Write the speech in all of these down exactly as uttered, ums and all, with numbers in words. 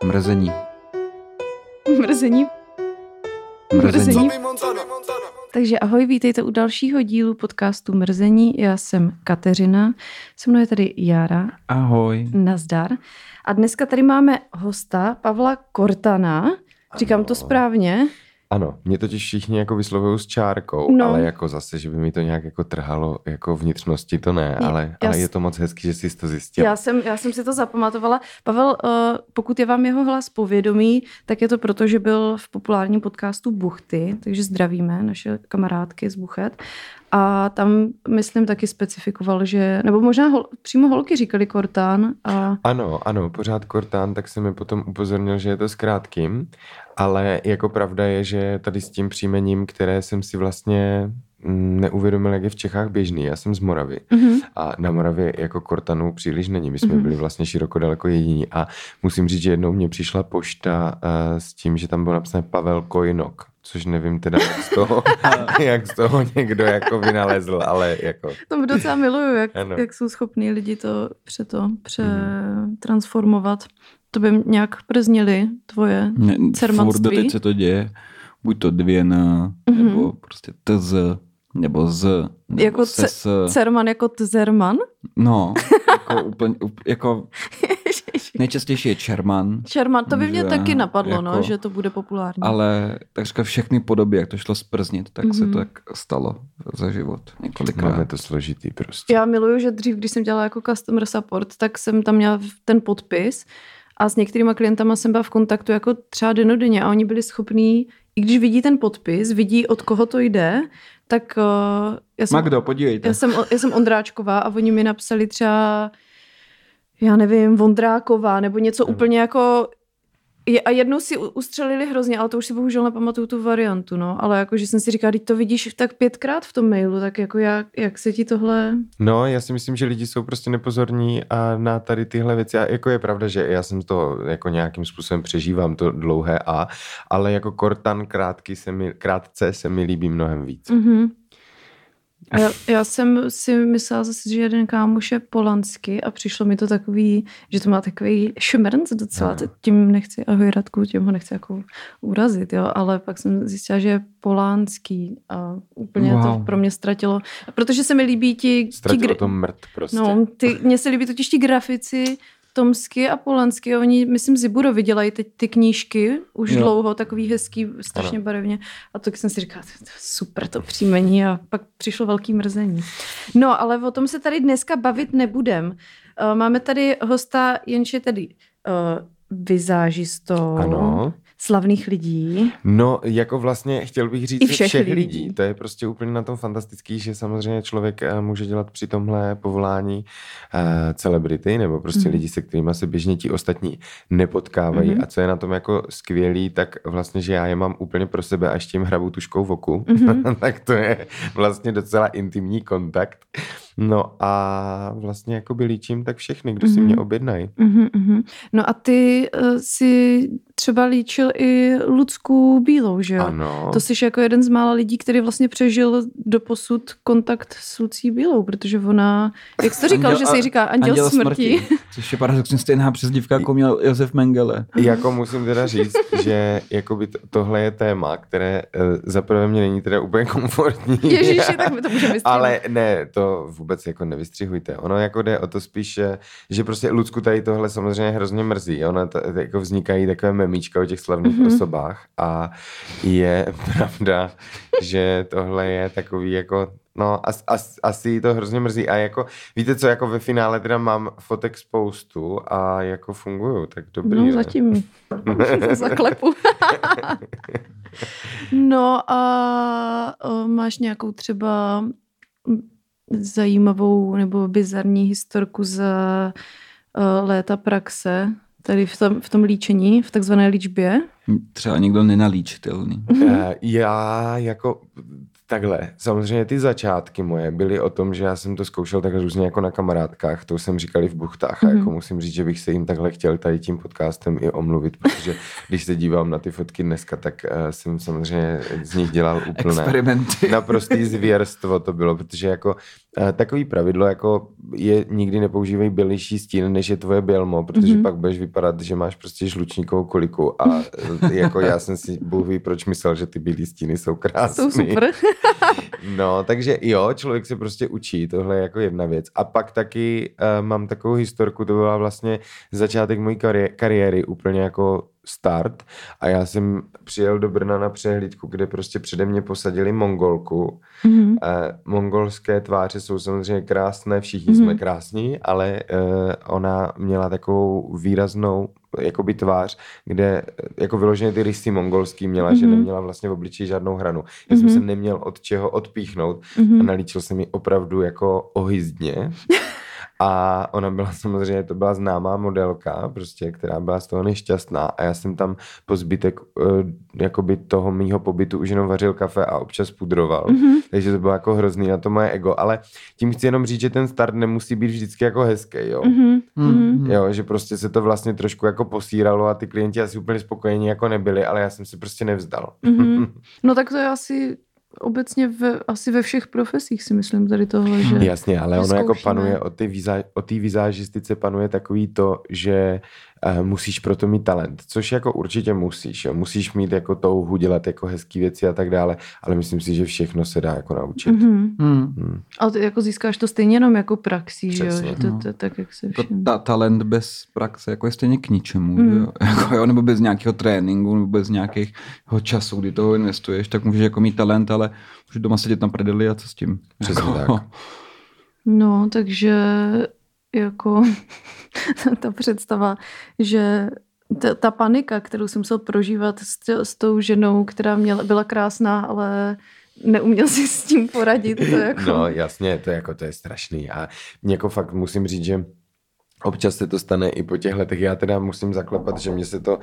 Mrzení. Mrzení. Mrzení. Takže ahoj, vítejte u dalšího dílu podcastu Mrzení. Já jsem Kateřina, se mnou je tady Jára. Ahoj. Nazdar. A dneska tady máme hosta Pavla Kortana. Říkám to správně? Ano, mě totiž všichni jako vyslovují s čárkou, no. Ale jako zase, že by mi to nějak jako trhalo jako vnitřnosti, to ne, ale, ale je to moc hezký, že jsi to zjistila. Já jsem, já jsem si to zapamatovala. Pavel, pokud je vám jeho hlas povědomý, tak je to proto, že byl v populárním podcastu Buchty, takže zdravíme naše kamarádky z Buchet. A tam, myslím, taky specifikoval, že, nebo možná hol, přímo holky říkali Kortán. A... Ano, ano, pořád Kortán, tak jsem mi potom upozornil, že je to s krátkým, ale jako pravda je, že tady s tím příjmením, které jsem si vlastně neuvědomil, jak je v Čechách běžný. Já jsem z Moravy mm-hmm. a na Moravě jako Kortanů příliš není. My jsme mm-hmm. byli vlastně široko daleko jediní a musím říct, že jednou mě přišla pošta uh, s tím, že tam bylo napsané Pavel Kojnok, což nevím teda, jak z toho, jak z toho někdo jako vynalezl, ale jako... To docela miluju, jak, jak jsou schopní lidi to přeto přetransformovat. To by nějak prznili tvoje cermanství. Furt teď se to děje. Buď to dvě na, mm-hmm. nebo prostě tz, nebo z, nebo jako ses. Cerman jako tzerman? No, jako úplně, jako nejčastější je čerman. Čerman, to by mě že, taky napadlo, jako, no, že to bude populární. Ale takřka všechny podoby, jak to šlo sprznit, tak mm-hmm. se to tak stalo za život několikrát. Máme to složitý prostě. Já miluju, že dřív, když jsem dělala jako customer support, tak jsem tam měla ten podpis a s některýma klientama jsem byla v kontaktu jako třeba denodenně a oni byli schopní, i když vidí ten podpis, vidí, od koho to jde, tak uh, já jsem, Magdo, podívejte. Já jsem, já jsem Ondráčková a oni mi napsali třeba, já nevím, Vondráková, nebo něco no. úplně jako, a jednou si ustřelili hrozně, ale to už si bohužel nepamatuju tu variantu, no, ale jako, že jsem si říkala, teď to vidíš tak pětkrát v tom mailu, tak jako jak, jak se ti tohle... No, já si myslím, že lidi jsou prostě nepozorní a na tady tyhle věci, a jako je pravda, že já jsem to jako nějakým způsobem přežívám, to dlouhé A, ale jako Kortan krátký se mi, krátce se mi líbí mnohem víc. Mhm. A já, já jsem si myslela zase, že jeden kámoš je Polansky a přišlo mi to takový, že to má takový šmrnc docela, no. Tím nechci, ahoj Radku, tím ho nechci jako urazit, jo, ale pak jsem zjistila, že je Polánský a úplně wow. to pro mě ztratilo, protože se mi líbí ti... Ztratilo ti, to mrt prostě. No, ty, mně se líbí totiž ti grafici, Tomsky a Polansky, oni, myslím, Ziburovi dělají teď ty knížky už jo. dlouho, takový hezký, strašně ano. barevně. A to jsem si říkala, to super to příjmení a pak přišlo velký mrzení. No, ale o tom se tady dneska bavit nebudem. Máme tady hosta, jenž je tedy uh, vizážistou. Ano. Slavných lidí. No, jako vlastně chtěl bych říct všech, všech lidí. lidí. To je prostě úplně na tom fantastický, že samozřejmě člověk může dělat při tomhle povolání uh, celebrity, nebo prostě mm. lidi, se kterými se běžně ti ostatní nepotkávají. Mm. A co je na tom jako skvělý, tak vlastně, že já je mám úplně pro sebe a ještě jim hrabu tuškou v oku. Mm. Tak to je vlastně docela intimní kontakt. No a vlastně jako by líčím tak všechny, kdo mm. si mě objednají. Mm-hmm. No a ty uh, si třeba líčil i Lucku Bílou, že jo? Ano. To jsi jako jeden z mála lidí, který vlastně přežil doposud kontakt s Lucí Bílou, protože ona, jak jsi to říkal, anděl, že se jí říká anděl, anděl smrti. smrti. Což je paradoxně stejná přezdívka, jako měl Josef Mengele. Jako musím teda říct, že jakoby to, tohle je téma, které zaprvé mě není teda úplně komfortní. Ježiši, tak mi to může vystřihnout. Ale ne, to vůbec jako nevystřihujte. Ono jako jde o to spíš, že prostě Lucku tady tohle samozřejmě hrozně mrzí. Ona t- t- jako vznikají takové memíčka o těch slavných mm-hmm. osobách a je pravda, že tohle je takový jako, no as, as, asi to hrozně mrzí a jako, víte co, jako ve finále teda mám fotek spoustu a jako fungují, tak dobrý. No zatím zaklepu. No a o, máš nějakou třeba zajímavou nebo bizarní historku za uh, léta praxe tady v tom, v tom líčení, v takzvané líčbě? Třeba někdo nenalíčitelný. Uh, já jako takhle, samozřejmě ty začátky moje byly o tom, že já jsem to zkoušel takhle různě jako na kamarádkách, to jsem říkali v Buchtách mm-hmm. a jako musím říct, že bych se jim takhle chtěl tady tím podcastem i omluvit, protože když se dívám na ty fotky dneska, tak uh, jsem samozřejmě z nich dělal úplné experimenty. Naprostý zvěrstvo to bylo, protože jako takový pravidlo, jako je nikdy nepoužívej bělejší stín, než je tvoje bělmo, protože mm-hmm. pak budeš vypadat, že máš prostě žlučníkovou koliku a jako já jsem si Bůh ví, proč myslel, že ty bílý stíny jsou krásný. Jsou super. No, takže jo, člověk se prostě učí, tohle je jako jedna věc. A pak taky uh, mám takovou historku, to byla vlastně začátek mojí kari- kariéry, úplně jako start a já jsem přijel do Brna na přehlídku, kde prostě přede mě posadili Mongolku. Mm-hmm. Eh, mongolské tváře jsou samozřejmě krásné, všichni mm-hmm. jsme krásní, ale eh, ona měla takovou výraznou jakoby tvář, kde jako vyloženě ty rysy mongolský měla, mm-hmm. že neměla vlastně v obličeji žádnou hranu. Já mm-hmm. jsem se neměl od čeho odpíchnout mm-hmm. a nalíčil jsem ji opravdu jako ohyzdně. A ona byla samozřejmě, to byla známá modelka, prostě, která byla z toho nešťastná a já jsem tam po zbytek uh, jakoby toho mýho pobytu už jenom vařil kafe a občas pudroval. Mm-hmm. Takže to bylo jako hrozný na to moje ego, ale tím chci jenom říct, že ten start nemusí být vždycky jako hezký, jo. Mm-hmm. Jo, že prostě se to vlastně trošku jako posíralo a ty klienti asi úplně spokojení jako nebyli, ale já jsem si prostě nevzdal. Mm-hmm. No tak to je asi obecně ve, asi ve všech profesích si myslím tady tohle, že... Jasně, ale ono jako panuje, o té vizá, vizážistice panuje takový to, že uh, musíš proto mít talent, což jako určitě musíš, jo. Musíš mít jako touhu dělat jako hezký věci a tak dále, ale myslím si, že všechno se dá jako naučit. Mm-hmm. Mm. Mm. Ale ty jako získáš to stejně jenom jako praxí, že jo, že to, to, to tak, jak se všem. Ta, talent bez praxe jako je stejně k ničemu, mm. jo? Jako, jo, nebo bez nějakého tréninku, nebo bez nějakého času, kdy toho investuješ, tak můžeš jako mít talent, ale můžeš doma sedět na prdeli a co s tím? Přesně jako. tak. No, takže jako ta představa, že ta, ta panika, kterou jsem musel prožívat s, t- s tou ženou, která měla, byla krásná, ale neuměl si s tím poradit. To jako... No jasně, to, jako, to je strašný. A jako fakt musím říct, že občas se to stane i po těch letech. Já teda musím zaklepat, že mně se to uh,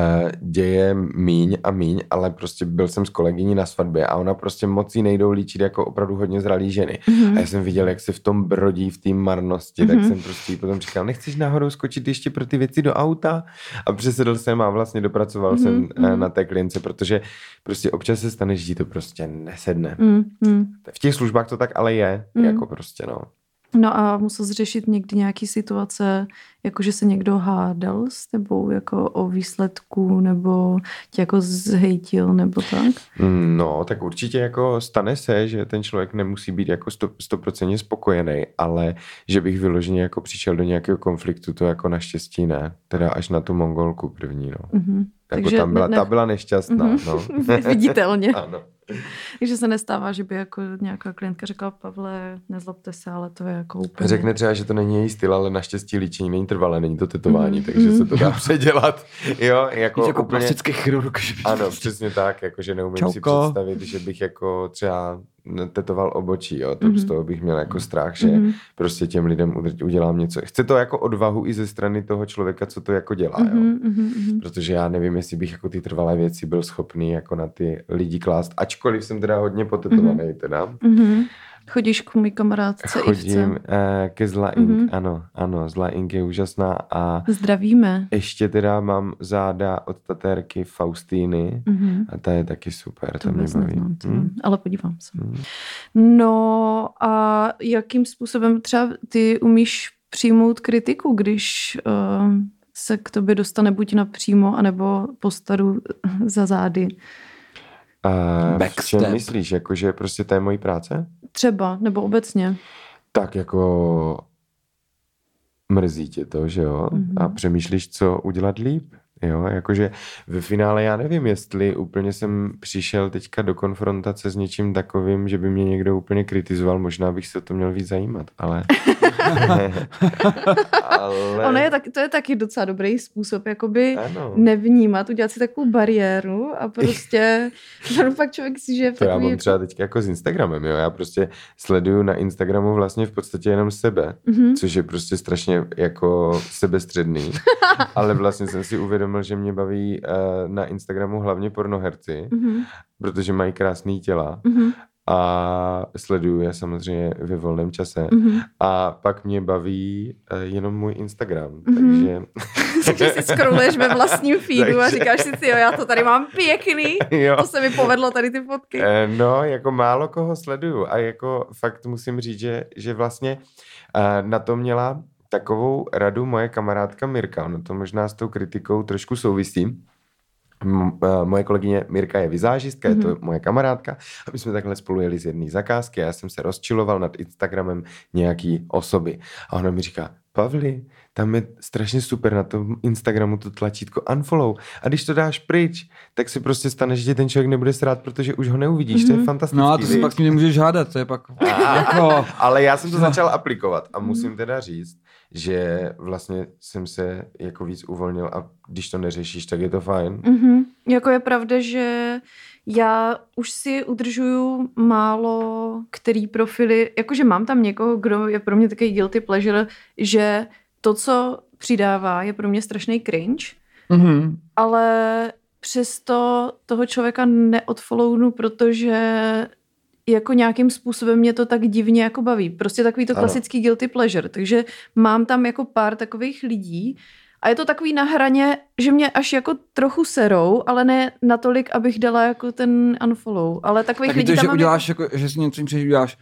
děje míň a míň, ale prostě byl jsem s kolegyní na svatbě a ona prostě moc jí nejdou líčit jako opravdu hodně zralý ženy. Mm-hmm. A já jsem viděl, jak se v tom brodí, v té marnosti, mm-hmm. tak jsem prostě potom říkal, nechceš náhodou skočit ještě pro ty věci do auta? A přesedl jsem a vlastně dopracoval mm-hmm. jsem uh, na té klience, protože prostě občas se stane, že ti to prostě nesedne. Mm-hmm. V těch službách to tak ale je, mm-hmm. jako prostě no. No a musel jsi řešit někdy nějaký situace, jako že se někdo hádal s tebou jako o výsledku, nebo tě jako zhejtil, nebo tak? No, tak určitě jako stane se, že ten člověk nemusí být jako sto procent spokojený, ale že bych vyloženě jako přišel do nějakého konfliktu, to jako naštěstí ne. Teda až na tu Mongolku první, no. Mm-hmm. Jako takže tam byla, ne... ta byla nešťastná, mm-hmm. no. Viditelně. Ano. Takže se nestává, že by jako nějaká klientka řekla, Pavle, nezlobte se, ale to je jako úplně... Řekne třeba, že to není její styl, ale naštěstí líčení není trvalé, není to tetování, mm. takže se to dá předělat. Jo, jako, jako úplně... plastický chirurg. Ano, přesně tak, jakože neumím Čauko. si představit, že bych jako třeba tetoval obočí, jo, to mm-hmm. z toho bych měl jako strach, že mm-hmm. prostě těm lidem udělám něco. Chce to jako odvahu i ze strany toho člověka, co to jako dělá, mm-hmm. jo. Mm-hmm. Protože já nevím, jestli bych jako ty trvalé věci byl schopný jako na ty lidi klást, ačkoliv jsem teda hodně potetovaný, mm-hmm. teda. Mm-hmm. Chodíš k mý kamarádce Chodím uh, ke Zla Ink, mm-hmm. ano, ano, Zla Ink je úžasná a zdravíme. Ještě teda mám záda od tatérky Faustýny mm-hmm. a ta je taky super, to, to mě baví. Hmm? Ale podívám se. Hmm. No a jakým způsobem třeba ty umíš přijmout kritiku, když uh, se k tobě dostane buď napřímo, anebo postaru za zády? Uh, v čem myslíš? Jako, že prostě to je mojí práce? Třeba, nebo obecně. Tak jako mrzí tě to, že jo? Mm-hmm. A přemýšlíš, co udělat líp? Jo, jakože ve finále já nevím, jestli úplně jsem přišel teďka do konfrontace s něčím takovým, že by mě někdo úplně kritizoval, možná bych se o to měl víc zajímat, ale... ale... Ono je tak, to je taky docela dobrý způsob, jakoby ano. nevnímat, udělat si takovou bariéru a prostě pak člověk si žije v to takový... já mám třeba teďka jako s Instagramem, jo, já prostě sleduju na Instagramu vlastně v podstatě jenom sebe, mm-hmm. což je prostě strašně jako sebestředný, ale vlastně jsem si uvědomil, že mě baví uh, na Instagramu hlavně pornoherci, mm-hmm. protože mají krásný těla mm-hmm. a sleduju je samozřejmě ve volném čase. Mm-hmm. A pak mě baví uh, jenom můj Instagram, Mm-hmm. takže... Takže si scrolluješ ve vlastním feedu takže... a říkáš si, jo, já to tady mám pěkný, jo. To se mi povedlo tady ty fotky. Eh, no, jako málo koho sleduju a jako fakt musím říct, že, že vlastně uh, na to měla takovou radu moje kamarádka Mirka, ono to možná s tou kritikou trošku souvisí. M- moje kolegyně Mirka je vizážistka, mm-hmm. je to moje kamarádka a my jsme takhle spolu jeli z jedné zakázky a já jsem se rozčiloval nad Instagramem nějaký osoby a ona mi říká, Pavli, tam je strašně super na tom Instagramu to tlačítko unfollow a když to dáš pryč, tak si prostě stane, že tě ten člověk nebude srát, protože už ho neuvidíš, mm-hmm. to je fantastický. No a to si pak s ním nemůžeš žádat, to je pak jako... Ale já jsem to začal aplikovat a musím teda říct, že vlastně jsem se jako víc uvolnil a když to neřešíš, tak je to fajn. Mm-hmm. Jako je pravda, že já už si udržuju málo který profily, jakože mám tam někoho, kdo je pro mě takový guilty pleasure, že to, co přidává, je pro mě strašný cringe, Mm-hmm. ale přesto toho člověka neodfollownu, protože jako nějakým způsobem mě to tak divně jako baví. Prostě takový to klasický ano. guilty pleasure. Takže mám tam jako pár takových lidí a je to takový na hraně, že mě až jako trochu serou, ale ne natolik, abych dala jako ten unfollow. Ale takových tak lidí to, tam že mám uděláš, jako... jako, že si něco uděláš.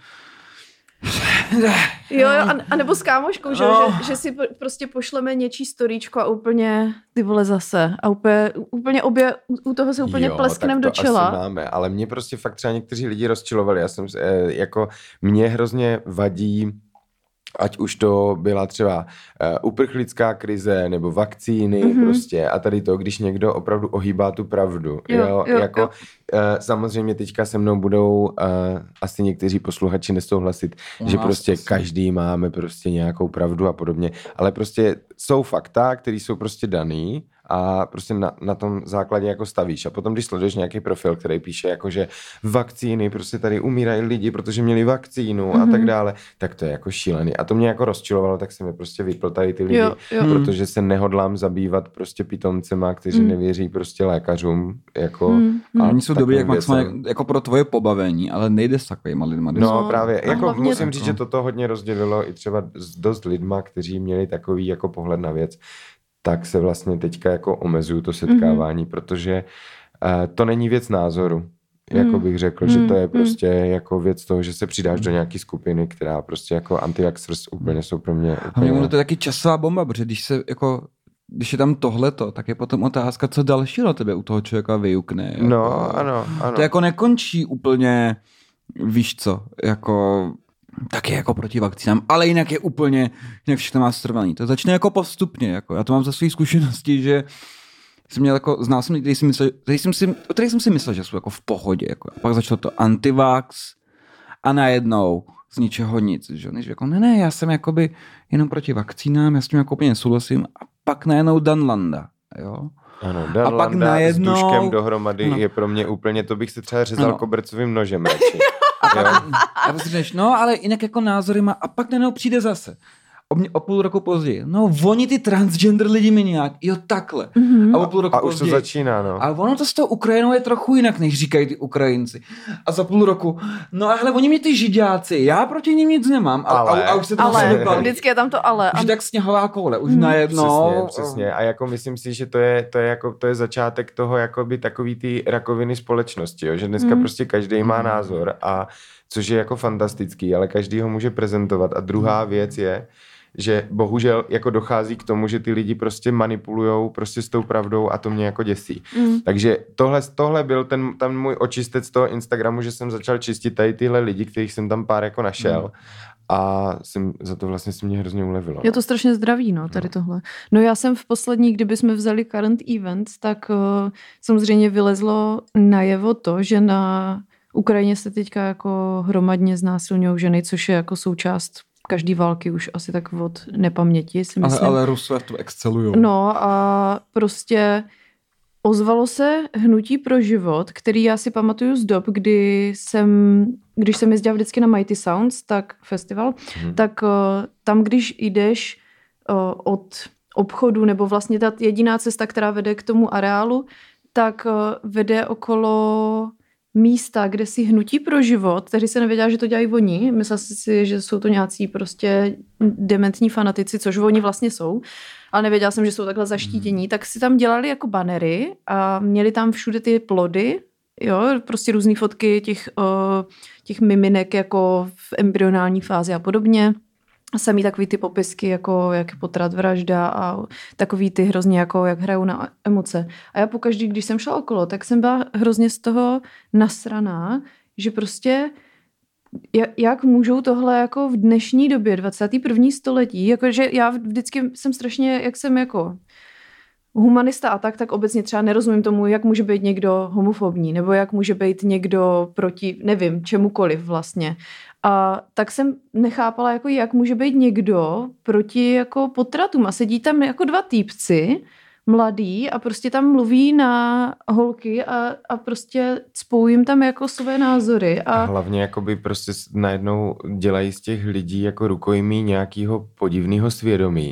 Jo, jo, a, a nebo s kámoškou, že, no. že, že si prostě pošleme něčí storíčko a úplně ty vole zase. A úplně, úplně obě, u toho se úplně jo, plesknem do čela. Asi máme, ale mě prostě fakt třeba někteří lidi rozčilovali. Já jsem, eh, jako, mě hrozně vadí, ať už to byla třeba uh, uprchlická krize nebo vakcíny mm-hmm. prostě a tady to, když někdo opravdu ohýbá tu pravdu. Jo, jo, jo, jako, jo. Uh, samozřejmě teďka se mnou budou uh, asi někteří posluchači nesouhlasit, U že prostě asi. Každý máme prostě nějakou pravdu a podobně, ale prostě jsou fakta, které jsou prostě daný a prostě na, na tom základě jako stavíš. A potom, když sleduješ nějaký profil, který píše jako, že vakcíny, prostě tady umírají lidi, protože měli vakcínu mm-hmm. a tak dále, tak to je jako šílený. A to mě jako rozčilovalo, tak se mi prostě vypl tady ty lidi, jo, jo. protože se nehodlám zabývat prostě pitomcema, kteří mm. nevěří prostě lékařům. Jako mm. A oni jsou dobrý jak maximálně jako pro tvoje pobavení, ale nejde s takovýma lidma. No, no právě. Jako musím tak, říct, že toto hodně rozdělilo i třeba s dost lidma, kteří měli takový jako pohled na věc, tak se vlastně teďka jako omezuju to setkávání, mm-hmm. protože uh, to není věc názoru, jako mm. bych řekl, mm. že to je prostě mm. jako věc toho, že se přidáš mm. do nějaký skupiny, která prostě jako anti-vaxxers úplně jsou pro mě úplně... A mě to je taky časová bomba, protože když se jako když je tam tohleto, tak je potom otázka, co dalšího tebe u toho člověka vyjukne. Jako, no, ano, ano. To jako nekončí úplně, víš co, jako... taky jako proti vakcínám, ale jinak je úplně, jinak všechno má strvaný. To začne jako postupně, jako já to mám za své zkušenosti, že jsem měl jako, znal jsem lidi, který jsem myslel, který jsem si, o kterých jsem si myslel, že jsou jako v pohodě, jako. A pak začalo to antivax a najednou z ničeho nic, že než jako ne, ne, já jsem jakoby jenom proti vakcínám, já s tím jako úplně nesouhlasím a pak najednou Danlanda, jo. Ano, Dan Landa najednou... s Duškem dohromady no. je pro mě úplně, to bych se třeba řezal no. kobercovým nožem radši. A to si říkáš, no ale jinak jako názory má a pak najednou přijde zase. O, mě, o půl roku později. No, oni ty transgender lidi mi nějak, jo takhle. Mm-hmm. A o půl roku a, a už později. to začíná, no. A ono to s tou Ukrajinou je trochu jinak, než říkají ty Ukrajinci. A za půl roku, no a hele, oni mě ty židáci, já proti nim nic nemám. A, ale, a, a už se to ale, vypadá. vždycky je tam to ale. Už tak sněhová koule, už mm. najednou. Přesně, přesně. A jako myslím si, že to je, to je, jako, to je začátek toho, jakoby takový ty rakoviny společnosti, jo? Že dneska mm. prostě každý má názor a což je jako fantastický, ale každý ho může prezentovat. A druhá věc je, že bohužel jako dochází k tomu, že ty lidi prostě manipulujou prostě s tou pravdou a to mě jako děsí. Mm. Takže tohle, tohle byl ten, ten můj očistec toho Instagramu, že jsem začal čistit tady tyhle lidi, kterých jsem tam pár jako našel. Mm. A jsem, za to vlastně se mě hrozně ulevilo. Je to strašně zdravý, no, tady no. tohle. No já jsem v poslední, kdyby jsme vzali current events, tak uh, samozřejmě vylezlo najevo to, že na Ukrajině se teďka jako hromadně znásilňují ženy, což je jako součást každý války už asi tak od nepaměti, si myslím. Ale, ale Rusové v tom excelujou. No a prostě ozvalo se hnutí pro život, který já si pamatuju z dob, kdy jsem, když jsem jezdila vždycky na Mighty Sounds, tak festival, hmm. tak uh, tam, když jdeš uh, od obchodu, nebo vlastně ta jediná cesta, která vede k tomu areálu, tak uh, vede okolo místa, kde si hnutí pro život, kteří se nevěděla, že to dělají oni, myslela si, že jsou to nějací prostě dementní fanatici, což oni vlastně jsou, ale nevěděla jsem, že jsou takhle zaštítění, tak si tam dělali jako banery a měli tam všude ty plody, jo, prostě různé fotky těch, těch miminek jako v embryonální fázi a podobně. A samý takový ty popisky, jako jak je potrat, vražda a takový ty hrozně, jako jak hrajou na emoce. A já pokaždý, když jsem šla okolo, tak jsem byla hrozně z toho nasraná, že prostě jak můžou tohle jako v dnešní době, dvacátém prvním století, jakože já vždycky jsem strašně, jak jsem jako humanista a tak, tak obecně třeba nerozumím tomu, jak může být někdo homofobní, nebo jak může být někdo proti, nevím, čemukoliv vlastně. A tak jsem nechápala, jako jak může být někdo proti jako potratům. A sedí tam jako dva týpci, mladý, a prostě tam mluví na holky a, a prostě cpou jim tam jako své názory. A... a hlavně jakoby prostě najednou dělají z těch lidí jako rukojmí nějakého podivného svědomí.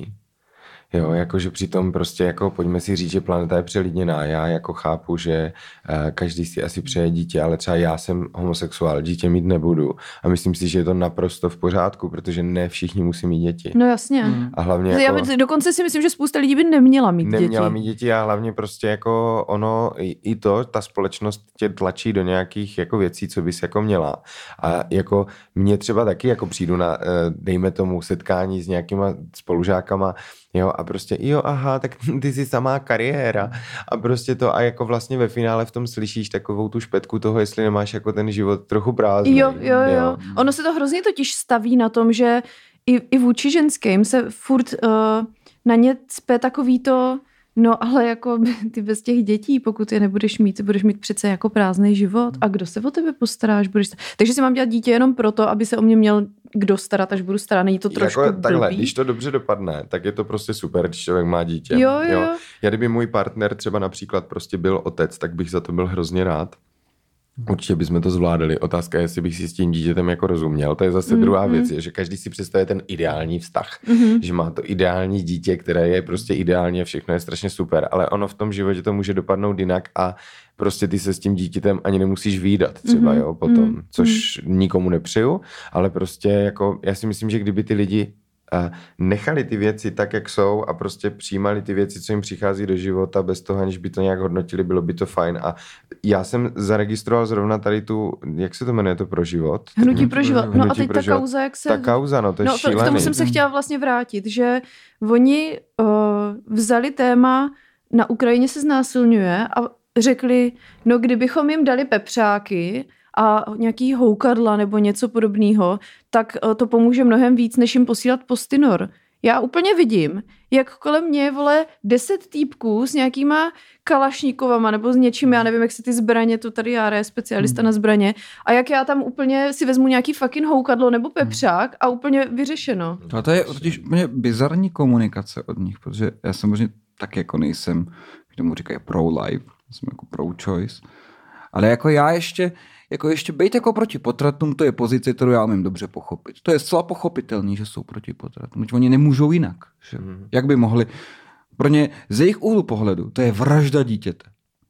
Jo, jakože přitom prostě jako pojďme si říct, že planeta je přelidněná. Já jako chápu, že uh, každý si asi přeje dítě, ale třeba já jsem homosexuál, dítě mít nebudu. A myslím si, že je to naprosto v pořádku, protože ne všichni musí mít děti. No jasně. Mm. A hlavně jako, já by, dokonce si myslím, že spousta lidí by neměla mít neměla děti. Neměla mít děti a hlavně prostě jako ono, i, i to, ta společnost tě tlačí do nějakých jako věcí, co bys jako měla. A jako mě třeba taky jako přijdu na, dejme tomu, setkání s nějakýma spolužákama, jo, a prostě jo, aha, tak ty jsi samá kariéra a prostě to a jako vlastně ve finále v tom slyšíš takovou tu špetku toho, jestli nemáš jako ten život trochu prázdný. Jo, jo, jo. jo. Ono se to hrozně totiž staví na tom, že i, i vůči ženským se furt uh, na ně cpe takový to, no ale jako ty bez těch dětí, pokud je nebudeš mít, budeš mít přece jako prázdný život a kdo se o tebe postaráš? Budeš... Takže si mám dělat dítě jenom proto, aby se o mě měl kdo starat, až budu starat. Není to trošku jako, takhle, blbý? Když to dobře dopadne, tak je to prostě super, když člověk má dítě. Jo, jo. jo. Já kdyby můj partner třeba například prostě byl otec, tak bych za to byl hrozně rád. Určitě bychom to zvládali. Otázka je, jestli bych si s tím dítětem jako rozuměl. To je zase mm, druhá mm. věc, je, že každý si představuje ten ideální vztah. Mm. Že má to ideální dítě, které je prostě ideální a všechno je strašně super, ale ono v tom životě to může dopadnout jinak a prostě ty se s tím dítětem ani nemusíš vídat třeba, mm. jo, potom, mm. což mm. nikomu nepřeju, ale prostě jako já si myslím, že kdyby ty lidi a nechali ty věci tak, jak jsou a prostě přijímali ty věci, co jim přichází do života bez toho, aniž by to nějak hodnotili, bylo by to fajn. A já jsem zaregistroval zrovna tady tu, jak se to jmenuje, to pro život? Hnutí pro život. No a teď ta život. kauza, jak se... Ta kauza, no to je no, šílený. K tomu jsem se chtěla vlastně vrátit, že oni uh, vzali téma, na Ukrajině se znásilňuje a řekli, no kdybychom jim dali pepřáky a nějaký houkadla nebo něco podobného, tak to pomůže mnohem víc, než jim posílat postinor. Já úplně vidím, jak kolem mě, vole, deset týpků s nějakýma kalašníkovama nebo s něčím, já nevím, jak se ty zbraně, to tady Jára je specialista na zbraně, a jak já tam úplně si vezmu nějaký fucking houkadlo nebo pepřák a úplně vyřešeno. A to je totiž úplně bizarní komunikace od nich, protože já samozřejmě tak jako nejsem, k tomu říkají pro-life, jsem jako pro-choice, ale jako já ještě Jako ještě být jako proti potratům, to je pozice, kterou já umím dobře pochopit. To je zcela pochopitelný, že jsou proti potratům. Oni nemůžou jinak. Že? Mm. Jak by mohli? Pro ně z jejich úhlu pohledu to je vražda dítěte.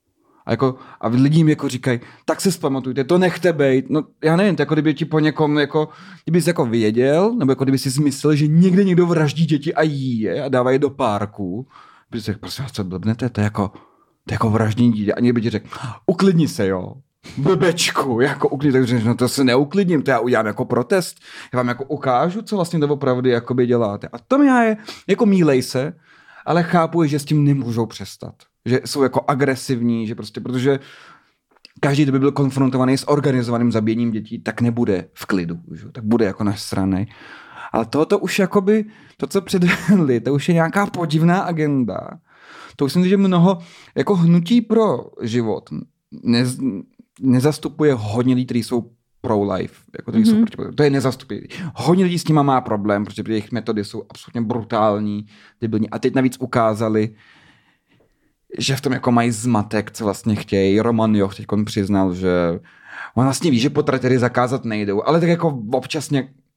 A, jako, a lidi jim jako říkají, tak se vzpamatujte, to nechte bejt. No já nevím, to jako kdyby ti po někom, jako, kdyby jsi jako věděl, nebo jako kdyby si zmyslel, že někde někdo vraždí děti a jí je a dává je do párku. By si řekl, prosím vás, co blbnete, to je jako, to je jako vraždění dítě. A někdo by ti řekl, uklidni se, jo. Blbečku, jako uklidni, takže no to se neuklidním, to já udělám jako protest, já vám jako ukážu, co vlastně doopravdy jakoby děláte. A to já je, jako mílej se, ale chápu, že s tím nemůžou přestat. Že jsou jako agresivní, že prostě, protože každý, kdo by byl konfrontovaný s organizovaným zabíjením dětí, tak nebude v klidu, že? Tak bude jako nasranej. Ale tohoto už jakoby, to, co předvedli, to už je nějaká podivná agenda. To už jsem si, že mnoho jako hnutí pro život nez, nezastupuje hodně lidí, kteří jsou pro-life. Jako mm-hmm. jsou proti, to je nezastupuje. Hodně lidí s nima má problém, protože jejich metody jsou absolutně brutální, debilní. A teď navíc ukázali, že v tom jako mají zmatek, co vlastně chtějí. Roman Joch teď přiznal, že on vlastně ví, že potratěry zakázat nejdou, ale tak jako občas nějak,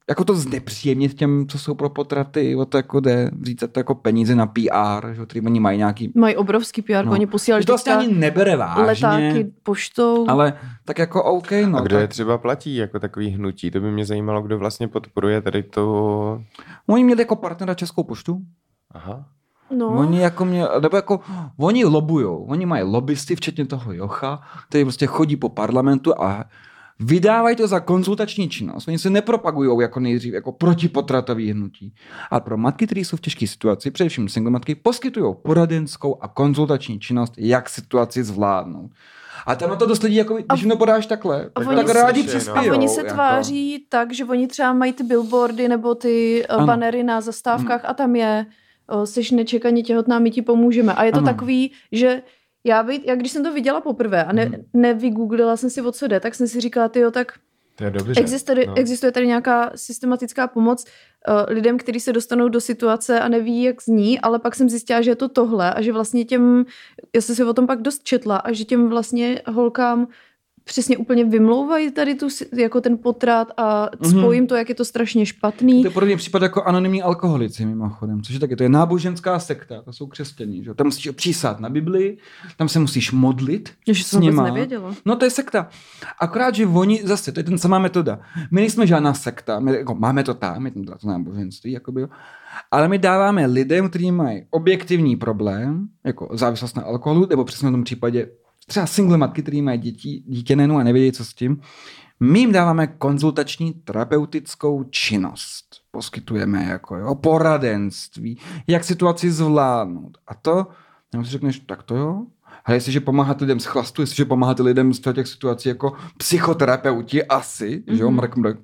jako to znepříjemnit těm, co jsou pro potraty, o to jako jde, říct to jako peníze na P R, že který oni mají nějaký... Mají obrovský P R, no. Oni posílají to vlastně ani nebere vážně. Letáky poštou. Ale tak jako OK, no. A kdo tak... je třeba platí jako takový hnutí? To by mě zajímalo, kdo vlastně podporuje tady to... Oni měli jako partnera Českou poštu. Aha. No. Oni jako mě, nebo jako, oni lobujou, oni mají lobbysty, včetně toho Jocha, který prostě chodí po parlamentu a vydávají to za konzultační činnost. Oni se nepropagujou jako nejdřív, jako protipotratový hnutí. Ale pro matky, které jsou v těžké situaci, především single matky, poskytují poradenskou a konzultační činnost, jak situaci zvládnout. A tam to dost lidí, jako, když jim to podáš takhle, tak, tak rádi přispějou. A oni se jako. tváří tak, že oni třeba mají ty billboardy nebo ty ano. banery na zastávkách hmm. a tam je seš nečekaně těhotná, my ti pomůžeme. A je to ano. takový, že já, být, já když jsem to viděla poprvé a ne, hmm. nevygooglila jsem si, o co jde, tak jsem si říkala, tyjo, tak to je dobře, existuje, no. existuje tady nějaká systematická pomoc uh, lidem, kteří se dostanou do situace a neví, jak zní, ale pak jsem zjistila, že je to tohle a že vlastně těm, já jsem si o tom pak dost četla a že těm vlastně holkám přesně úplně vymlouvají tady tu, jako ten potrat a spojím mm-hmm. to, jak je to strašně špatný. To je podobně případ jako anonymní alkoholici mimochodem, což je taky, to je náboženská sekta, to jsou křesťaní, že? Tam musíš přísát na Bibli, tam se musíš modlit. Že jsem vůbec nevěděla. No to je sekta. Akorát, že oni, zase, to je ten samá metoda. My nejsme žádná sekta, my jako, máme to tam, my to náboženství, jakoby, ale my dáváme lidem, kteří mají objektivní problém, jako závislost na alkoholu, nebo přesně v tom případě třeba single matky, který mají děti, dítě nenu a nevědí, co s tím, my jim dáváme konzultační terapeutickou činnost. Poskytujeme jako jo, poradenství, jak situaci zvládnout. A to, nebo si řekneš, tak to jo, ale jestliže pomáháte lidem z chlastu, jestliže pomáháte lidem z těch situací jako psychoterapeuti asi, mm-hmm. že jo, mrk, mrk,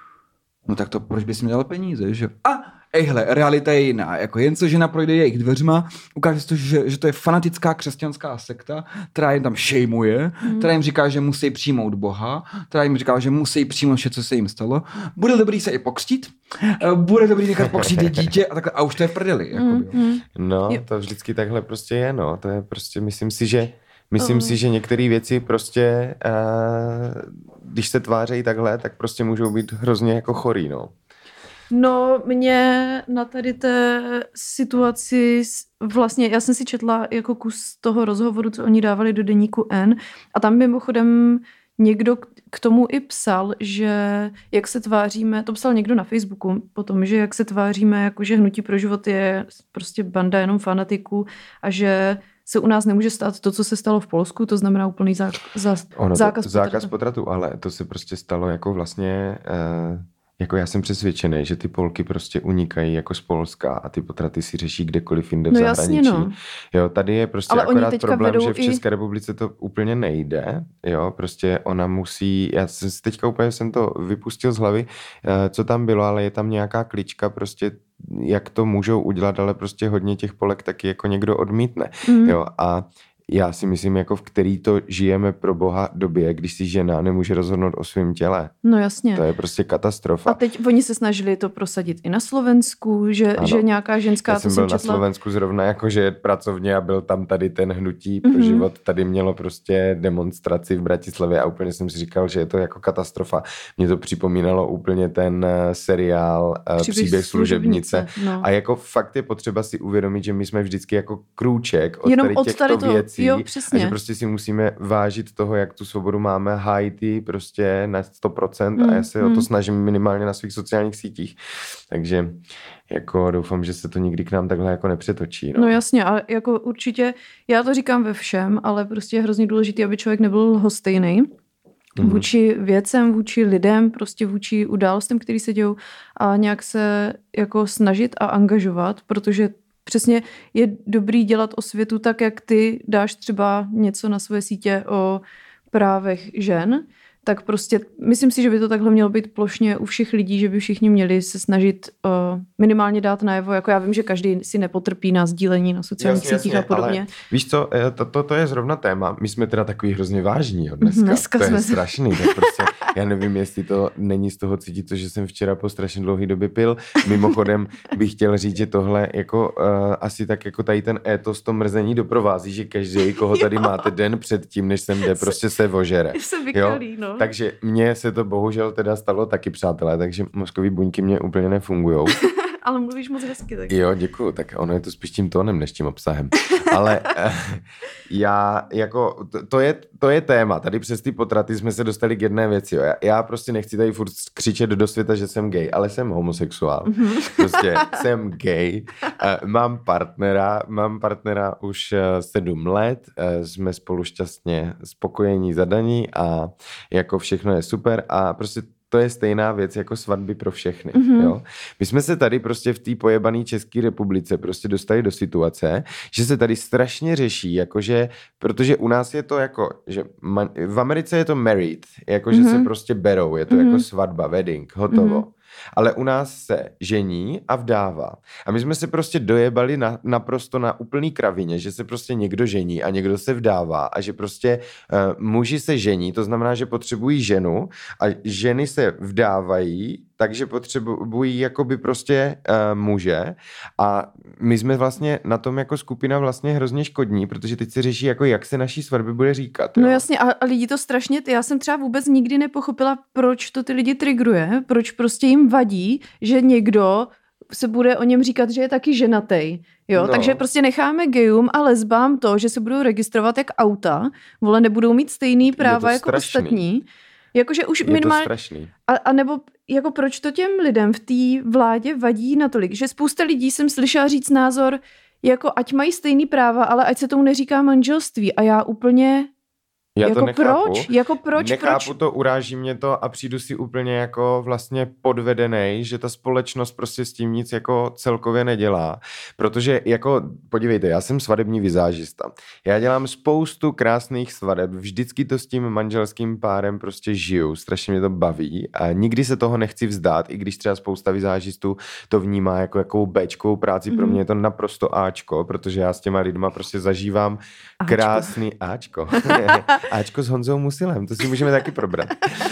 no tak to proč bys mi dal peníze, že a ejhle, realita je jiná. Jako jen co žena projde jejich dveřma, ukáže se to, že, že to je fanatická křesťanská sekta, která jim tam šejmuje, mm. která jim říká, že musí přijmout Boha, která jim říká, že musí přijmout vše, co se jim stalo. Bude dobrý se i pokřtít, bude dobrý nechat pokřít i dítě a, takhle, a už to je v prdeli. Jako mm. No, to vždycky takhle prostě je, no. To je prostě, myslím si, že Myslím uh. si, že některé věci prostě, uh, když se tvářejí takhle, tak prostě můžou být hrozně jako chorý, no. No, mě na tady té situaci, vlastně já jsem si četla jako kus toho rozhovoru, co oni dávali do deníku N a tam mimochodem někdo k tomu i psal, že jak se tváříme, to psal někdo na Facebooku potom, že jak se tváříme, jako že Hnutí pro život je prostě banda jenom fanatiků a že se u nás nemůže stát to, co se stalo v Polsku, to znamená úplný zá, zá, ono to, zákaz, zákaz potratu. Ale to se prostě stalo jako vlastně... Uh... Jako já jsem přesvědčený, že ty Polky prostě unikají jako z Polska a ty potraty si řeší kdekoliv jinde v no zahraničí. Jasně, no. Jo, tady je prostě ale akorát problém, že v České i... republice to úplně nejde. Jo, prostě ona musí, já jsem si teďka úplně jsem to vypustil z hlavy, co tam bylo, ale je tam nějaká klička prostě, jak to můžou udělat, ale prostě hodně těch Polek taky jako někdo odmítne. Mm. Jo, a já si myslím, jako v který to žijeme pro Boha době, když si žena nemůže rozhodnout o svém těle. No jasně. To je prostě katastrofa. A teď oni se snažili to prosadit i na Slovensku, že, že nějaká ženská... Já jsem byl na četla... Slovensku zrovna jakože pracovně a byl tam tady ten Hnutí pro mm-hmm. život. Tady mělo prostě demonstraci v Bratislavě a úplně jsem si říkal, že je to jako katastrofa. Mně to připomínalo úplně ten seriál Příběh, Příběh služebnice. služebnice. No. A jako fakt je potřeba si uvědomit, že my jsme vždycky jako krůček od Jenom tady od těchto tady to... věcí. Jo, a že prostě si musíme vážit toho, jak tu svobodu máme, hájit ji prostě na sto procent mm, a já se mm. o to snažím minimálně na svých sociálních sítích. Takže jako doufám, že se to nikdy k nám takhle jako nepřetočí. No, no jasně, ale jako určitě, já to říkám ve všem, ale prostě je hrozně důležité, aby člověk nebyl lhostejný mm. vůči věcem, vůči lidem, prostě vůči událostem, který se dějou a nějak se jako snažit a angažovat, protože přesně je dobrý dělat osvětu tak, jak ty dáš třeba něco na své sítě o právech žen, tak prostě myslím si, že by to takhle mělo být plošně u všech lidí, že by všichni měli se snažit uh, minimálně dát najevo, jako já vím, že každý si nepotrpí na sdílení na sociálních jasně, sítích jasně, a podobně. Ale víš co, to, to, to je zrovna téma, my jsme teda takový hrozně vážní od dneska, dneska to jsme je strašný, tak prostě Já nevím, jestli to není z toho cítit, to, že jsem včera po strašně dlouhé době pil. Mimochodem bych chtěl říct, že tohle jako uh, asi tak jako tady ten étos to mrzení doprovází, že každý, koho tady máte den před tím, než sem jde, prostě se ožere. Se vykalí, no. Takže mně se to bohužel teda stalo taky, přátelé, takže mozkový buňky mě úplně nefungujou. Ale mluvíš moc hezky. Tak. Jo, děkuju, tak ono je to spíš tím tónem, než tím obsahem. Ale eh, já, jako, to, to, je, to je téma, tady přes ty potraty jsme se dostali k jedné věci, jo. Já, já prostě nechci tady furt křičet do světa, že jsem gay, ale jsem homosexuál. Mm-hmm. Prostě jsem gay, eh, mám partnera, mám partnera už eh, sedm let, eh, jsme spolu šťastně spokojení, zadaní a jako všechno je super a prostě to je stejná věc jako svatby pro všechny. Mm-hmm. Jo? My jsme se tady prostě v té pojebané České republice prostě dostali do situace, že se tady strašně řeší, jakože, protože u nás je to jako, že man, v Americe je to married, jakože mm-hmm. se prostě berou, je to mm-hmm. jako svatba, wedding, hotovo. Mm-hmm. Ale u nás se žení a vdává. A my jsme se prostě dojebali na, naprosto na úplný kravině, že se prostě někdo žení a někdo se vdává a že prostě uh, muži se žení, to znamená, že potřebují ženu a ženy se vdávají, takže potřebují jakoby prostě uh, muže a my jsme vlastně na tom jako skupina vlastně hrozně škodní, protože teď se řeší jako jak se naší svatby bude říkat. Jo? No jasně a, a lidi to strašně, já jsem třeba vůbec nikdy nepochopila, proč to ty lidi trigruje, proč prostě jim vadí, že někdo se bude o něm říkat, že je taky ženatej. Jo, no. Takže prostě necháme gejům a lesbám to, že se budou registrovat jak auta, vole, nebudou mít stejný práva jako strašný. Ostatní. Jakože už minimálně... A, a nebo jako proč to těm lidem v té vládě vadí natolik, že spousta lidí jsem slyšela říct názor, jako ať mají stejný práva, ale ať se tomu neříká manželství. A já úplně... Já jako to nechápu. Proč? Jako proč? Nechápu proč? to, uráží mě to a přijdu si úplně jako vlastně podvedenej, že ta společnost prostě s tím nic jako celkově nedělá. Protože jako, podívejte, já jsem svadební vizážista. Já dělám spoustu krásných svadeb, vždycky to s tím manželským párem prostě žiju, strašně mě to baví a nikdy se toho nechci vzdát, i když třeba spousta vizážistů to vnímá jako jakou béčkovou práci, mm. pro mě je to naprosto áčko, protože já s těma lidma prostě zažívám áčko. Krásný áčko. Ačko s Honzou Musilem, to si můžeme taky probrat.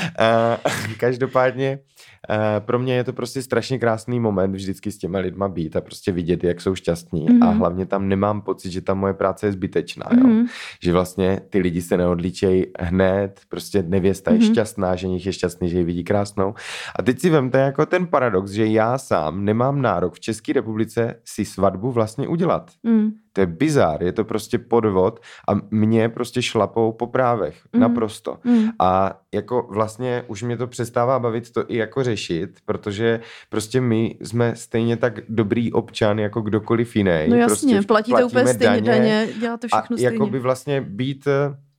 Uh, každopádně uh, pro mě je to prostě strašně krásný moment vždycky s těma lidma být a prostě vidět, jak jsou šťastní mm-hmm. a hlavně tam nemám pocit, že ta moje práce je zbytečná, mm-hmm. jo? Že vlastně ty lidi se neodlíčejí hned, prostě nevěsta je mm-hmm. šťastná, ženich je šťastný, že ji vidí krásnou. A teď si vemte jako ten paradox, že já sám nemám nárok v České republice si svatbu vlastně udělat. Mm. To je bizár, je to prostě podvod a mě prostě šlapou po právech, mm. naprosto. Mm. A jako vlastně už mě to přestává bavit to i jako řešit, protože prostě my jsme stejně tak dobrý občan jako kdokoliv jiný. No jasně, prostě platíte úplně stejně daně, daně, dělá to všechno a stejně. A jakoby vlastně být...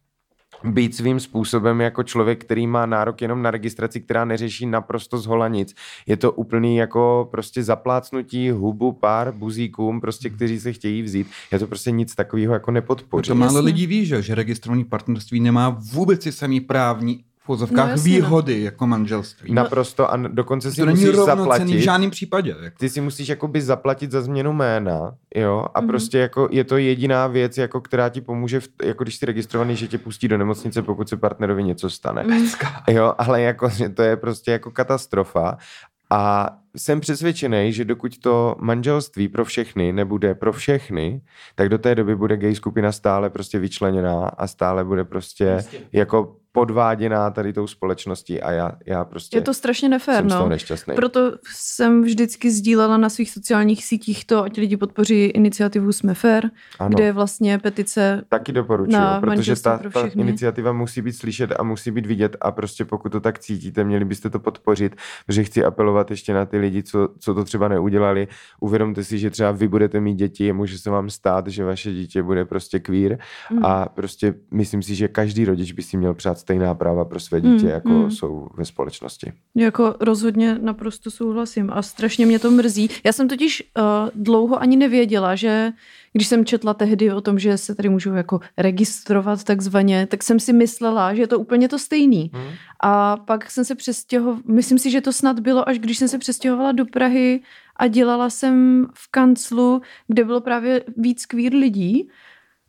být svým způsobem jako člověk, který má nárok jenom na registraci, která neřeší naprosto zhola nic. Je to úplný jako prostě zaplácnutí hubu pár buzíkům, prostě, kteří se chtějí vzít. Já to prostě nic takového jako nepodpořím. To málo lidí ví, že, že registrovaný partnerství nemá vůbec si samý právní v ozovkách no, výhody no. jako manželství. Naprosto a dokonce si to musíš není zaplatit. V žádném případě. Jako. Ty si musíš jakoby zaplatit za změnu jména, jo, a mm-hmm. prostě jako je to jediná věc, jako která ti pomůže, v, jako když jsi registrovaný, že tě pustí do nemocnice, pokud se partnerovi něco stane. Mm. Jo, ale jako to je prostě jako katastrofa. A jsem přesvědčený, že dokud to manželství pro všechny nebude pro všechny, tak do té doby bude gay skupina stále prostě vyčleněná a stále bude prostě Jistě. jako podváděná tady tou společností a já, já prostě je to strašně nefér, jsem z toho no. nešťastný. Proto jsem vždycky sdílela na svých sociálních sítích to, ať lidi podpoří iniciativu Jsme fér, ano. kde je vlastně petice taky doporučuju, protože ta, ta iniciativa musí být slyšet a musí být vidět a prostě pokud to tak cítíte, měli byste to podpořit, protože chci apelovat ještě na ty lidi, co, co to třeba neudělali. Uvědomte si, že třeba vy budete mít děti, může se vám stát, že vaše dítě bude prostě queer mm. a prostě myslím si, že každý rodič by si měl přát stejná práva pro své dítě, mm, jako mm. jsou ve společnosti. Jako rozhodně naprosto souhlasím a strašně mě to mrzí. Já jsem totiž uh, dlouho ani nevěděla, že když jsem četla tehdy o tom, že se tady můžou jako registrovat takzvaně, tak jsem si myslela, že je to úplně to stejný. Mm. A pak jsem se přestěhovala, myslím si, že to snad bylo, až když jsem se přestěhovala do Prahy a dělala jsem v kanclu, kde bylo právě víc queer lidí.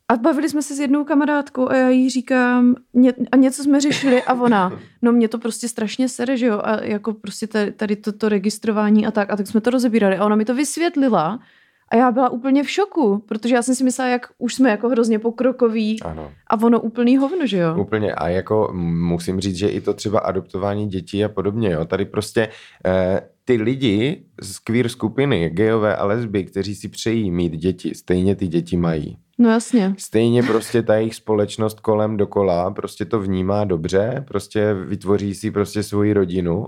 A bavili jsme se s jednou kamarádkou a já jí říkám, ně, a něco jsme řešili a ona, no mě to prostě strašně sere, že jo, a jako prostě tady, tady toto to registrování a tak, a tak jsme to rozebírali a ona mi to vysvětlila a já byla úplně v šoku, protože já jsem si myslela, jak už jsme jako hrozně pokrokoví ano. A ono úplný hovno, že jo. Úplně a jako musím říct, že i to třeba adoptování dětí a podobně, jo, tady prostě eh, ty lidi z queer skupiny, gayové a lesby, kteří si přejí mít děti, stejně ty děti mají. No jasně. Stejně prostě ta jejich společnost kolem dokola prostě to vnímá dobře, prostě vytvoří si prostě svoji rodinu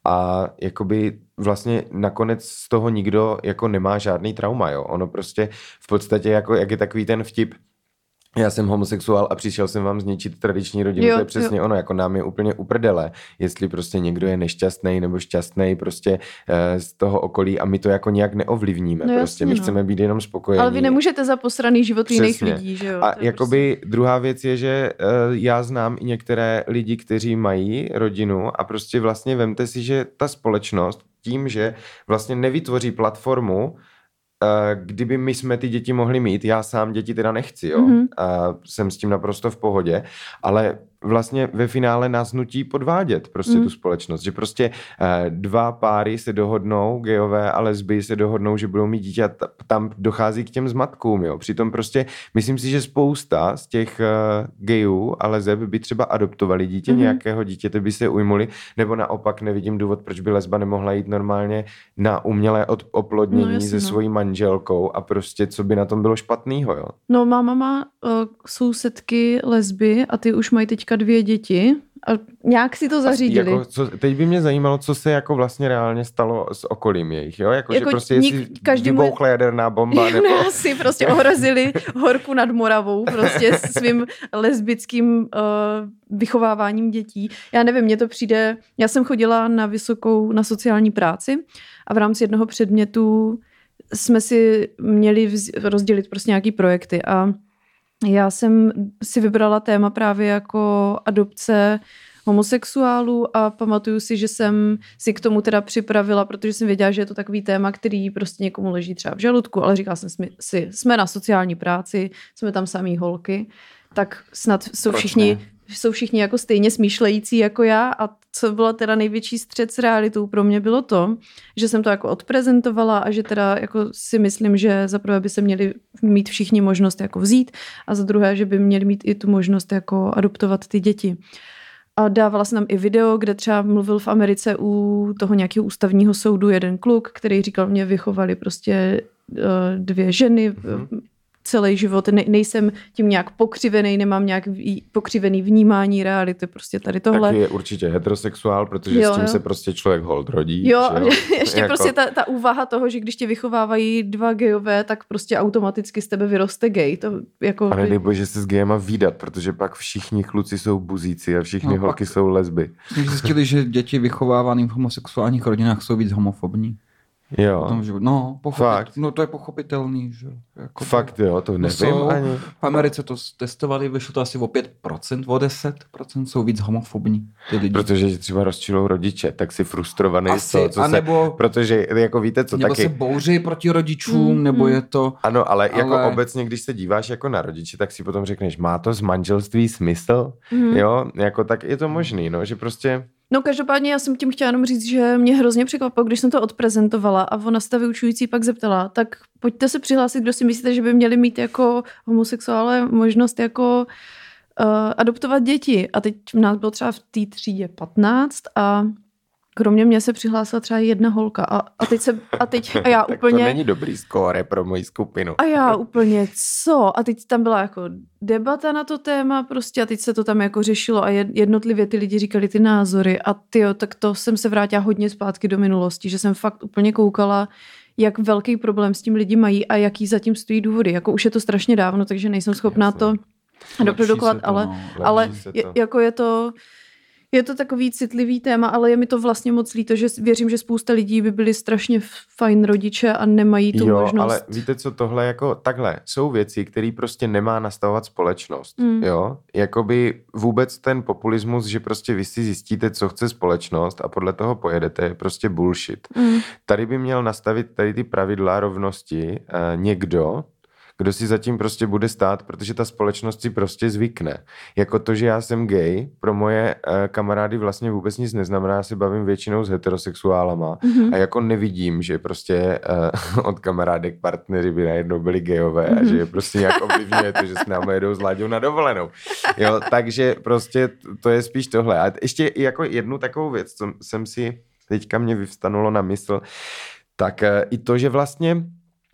a jakoby vlastně nakonec z toho nikdo jako nemá žádný trauma, jo. Ono prostě v podstatě jako, jak je takový ten vtip, já jsem homosexuál a přišel jsem vám zničit tradiční rodinu, jo, to je přesně jo. ono, jako nám je úplně uprdele, jestli prostě někdo je nešťastný nebo šťastný prostě e, z toho okolí a my to jako nějak neovlivníme, no, prostě jasně, my no. chceme být jenom spokojení. Ale vy nemůžete za posraný život jiných lidí, že jo? A jakoby prostě... druhá věc je, že e, já znám i některé lidi, kteří mají rodinu a prostě vlastně vemte si, že ta společnost tím, že vlastně nevytvoří platformu, kdyby my jsme ty děti mohli mít, já sám děti teda nechci, jo, mm-hmm. a jsem s tím naprosto v pohodě, ale vlastně ve finále nás nutí podvádět prostě mm. tu společnost, že prostě eh, dva páry se dohodnou, gayové a lesby se dohodnou, že budou mít dítě a t- tam dochází k těm zmatkům, jo. Přitom prostě myslím si, že spousta z těch eh, gayů a leseb by třeba adoptovali dítě, mm. nějakého dítěte by se ujmuli, nebo naopak nevidím důvod, proč by lesba nemohla jít normálně na umělé od- oplodnění no, jasně, se svojí no. manželkou a prostě co by na tom bylo špatného, jo. No má mama uh, sousedky lesby a ty už mají teďka dvě děti a nějak si to zařídili. Jako, co, teď by mě zajímalo, co se jako vlastně reálně stalo s okolím jejich, jo? Jako, jako že prostě jestli vybouchla jaderná bomba, nebo... Ne, si prostě ohrozili horku nad Moravou prostě s svým lesbickým uh, vychováváním dětí. Já nevím, mně to přijde... Já jsem chodila na vysokou, na sociální práci a v rámci jednoho předmětu jsme si měli vz, rozdělit prostě nějaký projekty a já jsem si vybrala téma právě jako adopce homosexuálů a pamatuju si, že jsem si k tomu teda připravila, protože jsem věděla, že je to takový téma, který prostě někomu leží třeba v žaludku, ale říkala jsem si, jsme na sociální práci, jsme tam samý holky, tak snad jsou všichni, jsou všichni jako stejně smýšlející jako já a co bylo teda největší střet s realitou pro mě bylo to, že jsem to jako odprezentovala a že teda jako si myslím, že za prvé by se měli mít všichni možnost jako vzít a za druhé, že by měli mít i tu možnost jako adoptovat ty děti. A dávala jsem tam i video, kde třeba mluvil v Americe u toho nějakého ústavního soudu jeden kluk, který říkal, mě vychovali prostě dvě ženy, mm-hmm. celý život, ne, nejsem tím nějak pokřivený, nemám nějak v, pokřivený vnímání reality, prostě tady tohle. Taky je určitě heterosexuál, protože jo, s tím jo. se prostě člověk hold rodí. Jo, jo? ještě jako... prostě ta, ta úvaha toho, že když tě vychovávají dva gayové, tak prostě automaticky z tebe vyroste gay. To jako... Ale nebo že se s gayema vídat, protože pak všichni kluci jsou buzíci a všichni no, holky jsou lesby. Jsme zjistili, že děti vychovávané v homosexuálních rodinách jsou víc homofobní. Jo. Tom, že, no, pochopit, no, to je pochopitelný. Že? Jako Fakt to, jo, to nevím jsou, ani. V Americe to testovali, vyšlo to asi o pět procent, o deset procent jsou víc homofobní. Ty lidi. Protože třeba rozčilou rodiče, tak si frustrovaný asi, z toho, co anebo, se... Protože jako víte, co nebo taky... Nebo se bouří proti rodičům, mm, nebo je to... Ano, ale, ale jako ale... obecně, když se díváš jako na rodiče, tak si potom řekneš, má to z manželství smysl? Mm. Jo, jako tak je to možný, no, že prostě... No každopádně já jsem tím chtěla jenom říct, že mě hrozně překvapilo, když jsem to odprezentovala a ona se ta vyučující pak zeptala, tak pojďte se přihlásit, kdo si myslíte, že by měli mít jako homosexuálé možnost jako uh, adoptovat děti. A teď v nás bylo třeba v té třídě patnáct a kromě mě se přihlásila třeba jedna holka a, a teď se, a teď, a já tak úplně... to není dobrý skóre pro moji skupinu. A já úplně, co? A teď tam byla jako debata na to téma prostě a teď se to tam jako řešilo a jednotlivě ty lidi říkali ty názory a tyjo, tak to jsem se vrátila hodně zpátky do minulosti, že jsem fakt úplně koukala, jak velký problém s tím lidi mají a jaký zatím stojí důvody. Jako už je to strašně dávno, takže nejsem schopná Jasně. to doprodukovat, ale, no. ale je, jako je to... Je to takový citlivý téma, ale je mi to vlastně moc líto, že věřím, že spousta lidí by byli strašně fajn rodiče a nemají tu jo, možnost. Ale víte co, tohle jako takhle, jsou věci, které prostě nemá nastavovat společnost, mm. jo? Jakoby vůbec ten populismus, že prostě vy si zjistíte, co chce společnost a podle toho pojedete, je prostě bullshit. Mm. Tady by měl nastavit tady ty pravidla rovnosti eh, někdo, kdo si zatím prostě bude stát, protože ta společnost si prostě zvykne. Jako to, že já jsem gay, pro moje uh, kamarády vlastně vůbec nic neznamená, já se bavím většinou s heterosexuálama mm-hmm. a jako nevidím, že prostě uh, od kamarádek partneři by najednou byli gayové mm-hmm. a že je prostě nějak ovlivňuje to, že s námi jedou s Láďou na dovolenou. Jo, takže prostě to je spíš tohle. A ještě jako jednu takovou věc, co jsem si teďka mě vyvstanulo na mysl, tak i to, že vlastně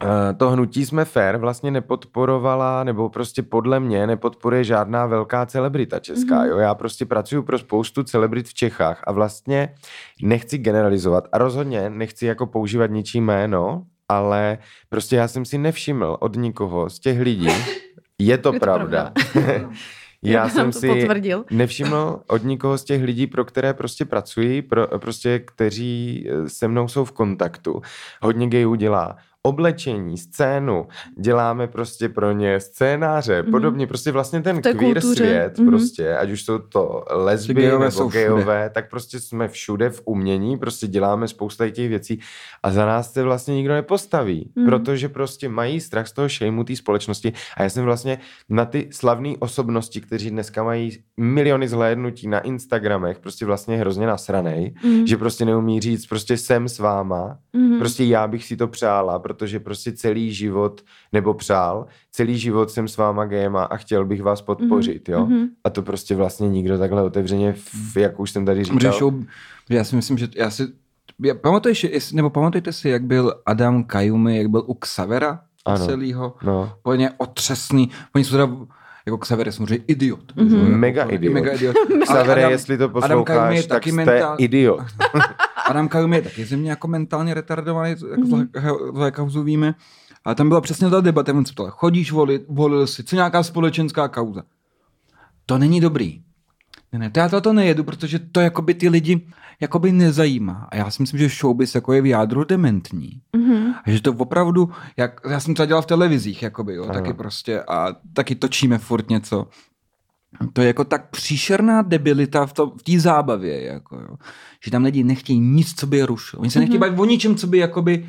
to hnutí Jsme fér vlastně nepodporovala, nebo prostě podle mě nepodporuje žádná velká celebrita česká. Mm-hmm. Jo? Já prostě pracuji pro spoustu celebrit v Čechách a vlastně nechci generalizovat a rozhodně nechci jako používat ničí jméno, ale prostě já jsem si nevšiml od nikoho z těch lidí, je to, je to pravda, pravda. Já jsem si potvrdil. Nevšiml od nikoho z těch lidí, pro které prostě pracuji, pro, prostě kteří se mnou jsou v kontaktu. Hodně gayů dělá oblečení, scénu, děláme prostě pro ně scénáře, mm-hmm. podobně, prostě vlastně ten queer kultuře. Svět, mm-hmm. prostě, ať už jsou to lesby nebo gayové, tak prostě jsme všude v umění, prostě děláme spousta těch věcí a za nás se vlastně nikdo nepostaví, mm-hmm. protože prostě mají strach z toho šejmu té společnosti a já jsem vlastně na ty slavné osobnosti, kteří dneska mají miliony zhlédnutí na Instagramech, prostě vlastně hrozně nasranej, mm-hmm. že prostě neumí říct, prostě jsem s váma, mm-hmm. prostě já bych si to přála, protože prostě celý život, nebo přál, celý život jsem s váma gayma a chtěl bych vás podpořit, jo? Mm-hmm. A to prostě vlastně nikdo takhle otevřeně, jak už jsem tady říkal. Show, já si myslím, že já si, já, pamatuješ, nebo pamatujte si, jak byl Adam Kajumi, jak byl u Xavera celýho, no. Pohodně otřesný, oni jsou teda jako Xaver je samozřejmě idiot. Mm-hmm. Mega idiot. Mega idiot. Xaver, jestli to posloucháš, tak jste mentál... idiot. Adam Kajumi je taky země jako mentálně retardovaný, jak mm-hmm. z Lékauzu víme. Ale tam byla přesně ta debata, on se ptal, chodíš volit, volil si, co nějaká společenská kauza. To není dobrý. Ne, ne, to já to nejedu, protože to jakoby ty lidi jakoby nezajímá. A já si myslím, že showbiz jako je v jádru dementní. Mm-hmm. A že to opravdu, jak, já jsem třeba dělal v televizích, jakoby, jo, taky prostě, a taky točíme furt něco. To je jako tak příšerná debilita v té v zábavě, jako, jo, že tam lidi nechtějí nic, co by je rušilo. Oni se mm-hmm. nechtějí bavit o ničem, co by jakoby...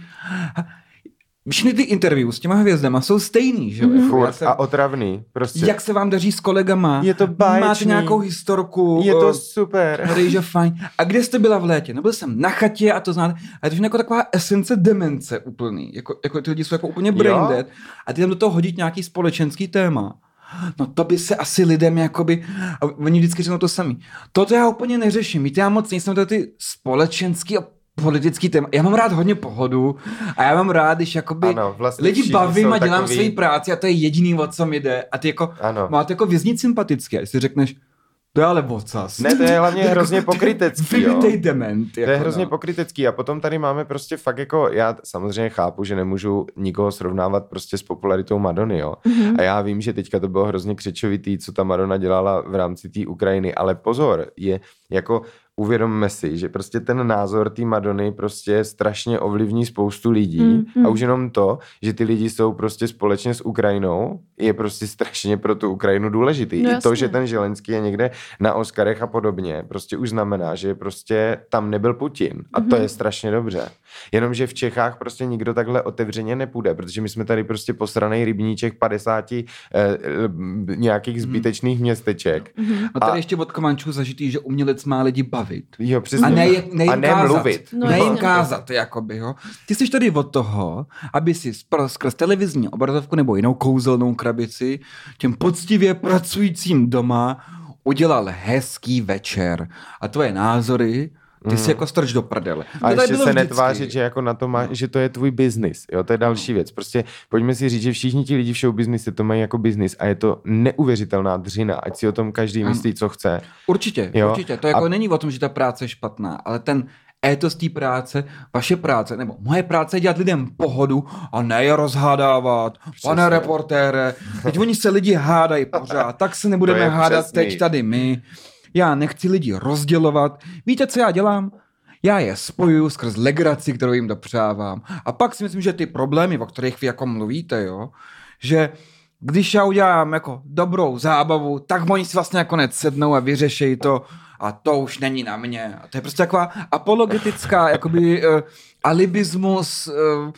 Všechny ty interview s těma hvězdama jsou stejný, že jo? Mm-hmm. Jsem... A otravný, prostě. Jak se vám daří s kolegama? Je to báječný. Máš nějakou historku? Je to super. Hry, že fajn. A kde jste byla v létě? No byl jsem na chatě a to znáte. A je to jako taková esence demence úplný. Jako, jako ty lidi jsou jako úplně brain dead. A ty tam do toho hodit nějaký společenský téma. No to by se asi lidem jakoby, a oni vždycky řeknou to samý. Toto já úplně neřeším. Víte, já moc nejsem ty společenský a politický téma. Já mám rád hodně pohodu a já mám rád, když jakoby ano, vlastně lidi bavím a dělám takový... svoji práci a to je jediný, o co mi jde. A ty jako ano. máte jako věznit sympatické. Jestli řekneš, to je ale vocas. Ne, to je hlavně hrozně pokrytecký, jo. Dement, jako to je hrozně no. pokrytecký a potom tady máme prostě fakt jako, já samozřejmě chápu, že nemůžu nikoho srovnávat prostě s popularitou Madony, jo. Mm-hmm. A já vím, že teďka to bylo hrozně křečovitý, co ta Madonna dělala v rámci té Ukrajiny, ale pozor, je jako uvědomme si, že prostě ten názor té Madony prostě strašně ovlivní spoustu lidí mm, mm. a už jenom to, že ty lidi jsou prostě společně s Ukrajinou, je prostě strašně pro tu Ukrajinu důležitý. No, I to, že ten Zelenský je někde na Oscarech a podobně, prostě už znamená, že prostě tam nebyl Putin a mm-hmm. to je strašně dobře. Jenomže v Čechách prostě nikdo takhle otevřeně nepůjde, protože my jsme tady prostě posranej rybníček padesáti eh, nějakých zbytečných městeček. Mm-hmm. A tady a... ještě od Komančů zažitý, že umělec má lidi bavit. Jo, přesně. A ne, ne a nemluvit. No, ne jim kázat, jakoby, jo. Ty jsi tady od toho, aby si skrz televizní obrazovku nebo jinou kouzelnou krabici těm poctivě pracujícím doma udělal hezký večer. A tvoje názory ty si mm. jako strč do prdele. A ještě se netvářit, že jako na to má, že to je tvůj biznis. Jo, to je další věc. Prostě pojďme si říct, že všichni ti lidi v show businessu to mají jako biznis a je to neuvěřitelná dřina, ať si o tom každý myslí, co chce. Určitě, jo? určitě. To jako a... není o tom, že ta práce je špatná, ale ten étos té práce, vaše práce, nebo moje práce je dělat lidem pohodu a ne je rozhádávat. Přesně. Pane reportére, teď oni se lidi hádají pořád, tak se nebudeme hádat přesný. Teď tady my. Já nechci lidi rozdělovat. Víte, co já dělám? Já je spojuju skrz legraci, kterou jim dopřávám. A pak si myslím, že ty problémy, o kterých vy jako mluvíte, jo, že když já udělám jako dobrou zábavu, tak oni si vlastně nakonec sednou a vyřešejí to a to už není na mě. A to je prostě taková apologetická jakoby uh, alibismus uh,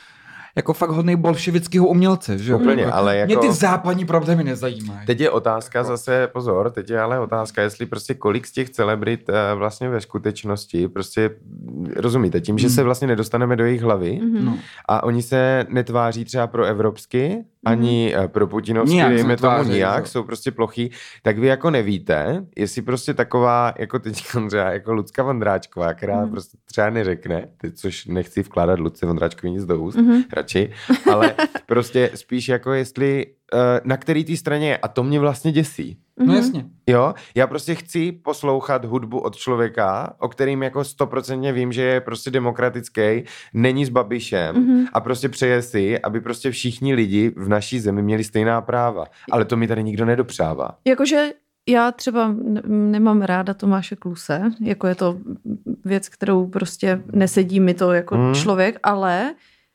jako fakt hodnej bolševického umělce, že jo? Úplně, ale jako... Mě ty západní problémy nezajímají. Teď je otázka zase, pozor, teď je ale otázka, jestli prostě kolik z těch celebrit vlastně ve skutečnosti, prostě rozumíte, tím, že hmm. se vlastně nedostaneme do jejich hlavy hmm. a oni se netváří třeba pro evropsky, ani hmm. pro putinovsky, nijak dejme tomu tváří, nijak, že? jsou prostě plochý, tak vy jako nevíte, jestli prostě taková, jako teď třeba jako Lucka Vondráčková, která hmm. prostě třeba neřekne, teď, což nechci vkládat Lucce Vondráčkovi nic do úst, hmm. radši, ale prostě spíš jako jestli na který té straně je. A to mě vlastně děsí. No jasně. Jo, já prostě chci poslouchat hudbu od člověka, o kterým jako stoprocentně vím, že je prostě demokratický, není s Babišem mm-hmm. a prostě přeje si, aby prostě všichni lidi v naší zemi měli stejná práva. Ale to mi tady nikdo nedopřává. Jakože já třeba nemám ráda Tomáše Kluse, jako je to věc, kterou prostě nesedí mi to jako mm. člověk, ale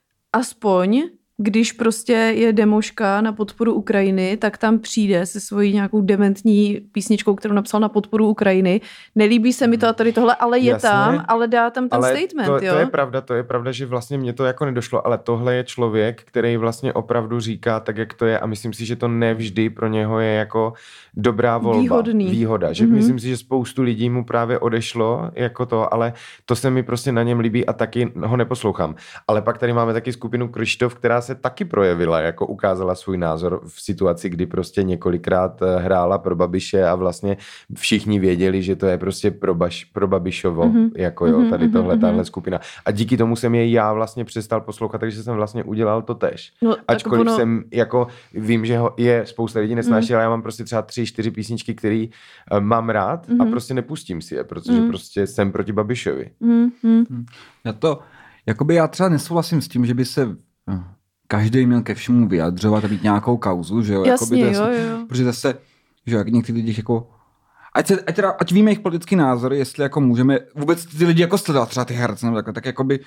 aspoň když prostě je demoška na podporu Ukrajiny, tak tam přijde se svojí nějakou dementní písničkou, kterou napsal na podporu Ukrajiny. Nelíbí se mi to a tady tohle, ale je Jasně, tam, ale dá tam ten ale statement, to, jo? to je pravda, to je pravda, že vlastně mně to jako nedošlo, ale tohle je člověk, který vlastně opravdu říká tak, jak to je a myslím si, že to nevždy pro něho je jako dobrá volba. Výhodný. Výhoda, že Mm-hmm. myslím si, že spoustu lidí mu právě odešlo jako to, ale to se mi prostě na něm líbí a taky ho neposlouchám. Ale pak tady máme taky skupinu Kryštof, která se taky projevila, jako ukázala svůj názor v situaci, kdy prostě několikrát hrála pro Babiše a vlastně všichni věděli, že to je prostě pro, Baš, pro Babišovo, mm-hmm. jako jo, tady tohle, tahle skupina. A díky tomu jsem jej já vlastně přestal poslouchat, takže jsem vlastně udělal to též. No, Ačkoliv ono... jsem, jako vím, že ho je spousta lidí nesnáší, mm. ale já mám prostě třeba tři, čtyři písničky, který uh, mám rád mm-hmm. a prostě nepustím si je, protože mm. prostě jsem proti Babišovi. Mm-hmm. Já to, jakoby já třeba nesouhlasím s tím, že by se každý měl ke všemu vyjadřovat a mít nějakou kauzu, že jo? Jasně, Jakoby jo, jasný, jo. Protože zase, že jak někteří lidi jako ať, se, ať, teda, ať víme jejich politický názor, jestli jako můžeme vůbec ty lidi jako sledovat, třeba ty herce nebo takhle, tak jakoby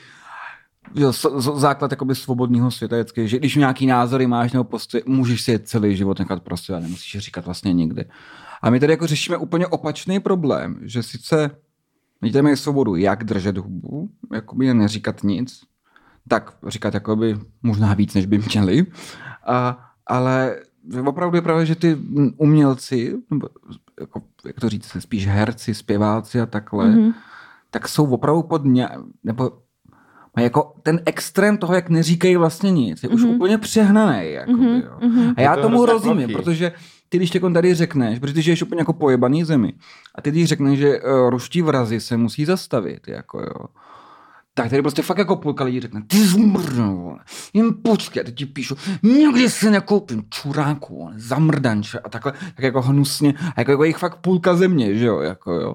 jo, základ jakoby svobodného světa je, že když nějaký názory máš nebo postoje, můžeš si je celý život nechat prostě a nemusíš je říkat vlastně nikdy. A my tady jako řešíme úplně opačný problém, že sice my tady máme svobodu, jak držet hubu, jakoby neříkat nic, tak říkat jakoby možná víc, než by měli, a, ale opravdu je pravda, že ty umělci, nebo jako, jak to říct, spíš herci, zpěváci a takhle, mm-hmm. tak jsou opravdu pod ně, nebo mají jako ten extrém toho, jak neříkají vlastně nic, je mm-hmm. už úplně přehnaný. Jakoby, jo. Mm-hmm. A já to tomu rozumím, plachý. Protože ty, když teď tady řekneš, protože ty žiješ úplně jako pojebaný zemi, a ty když řekneš, že uh, ruští vrazi se musí zastavit, jako jo, tak tady prostě fakt jako půlka lidí řekne, ty zmrdno, jen počkej, teď ti píšu, nikdy se nekoupím čuráku, zamrdanče a takhle, tak jako hnusně, a jako, jako jich fakt půlka země, že jo, jako jo.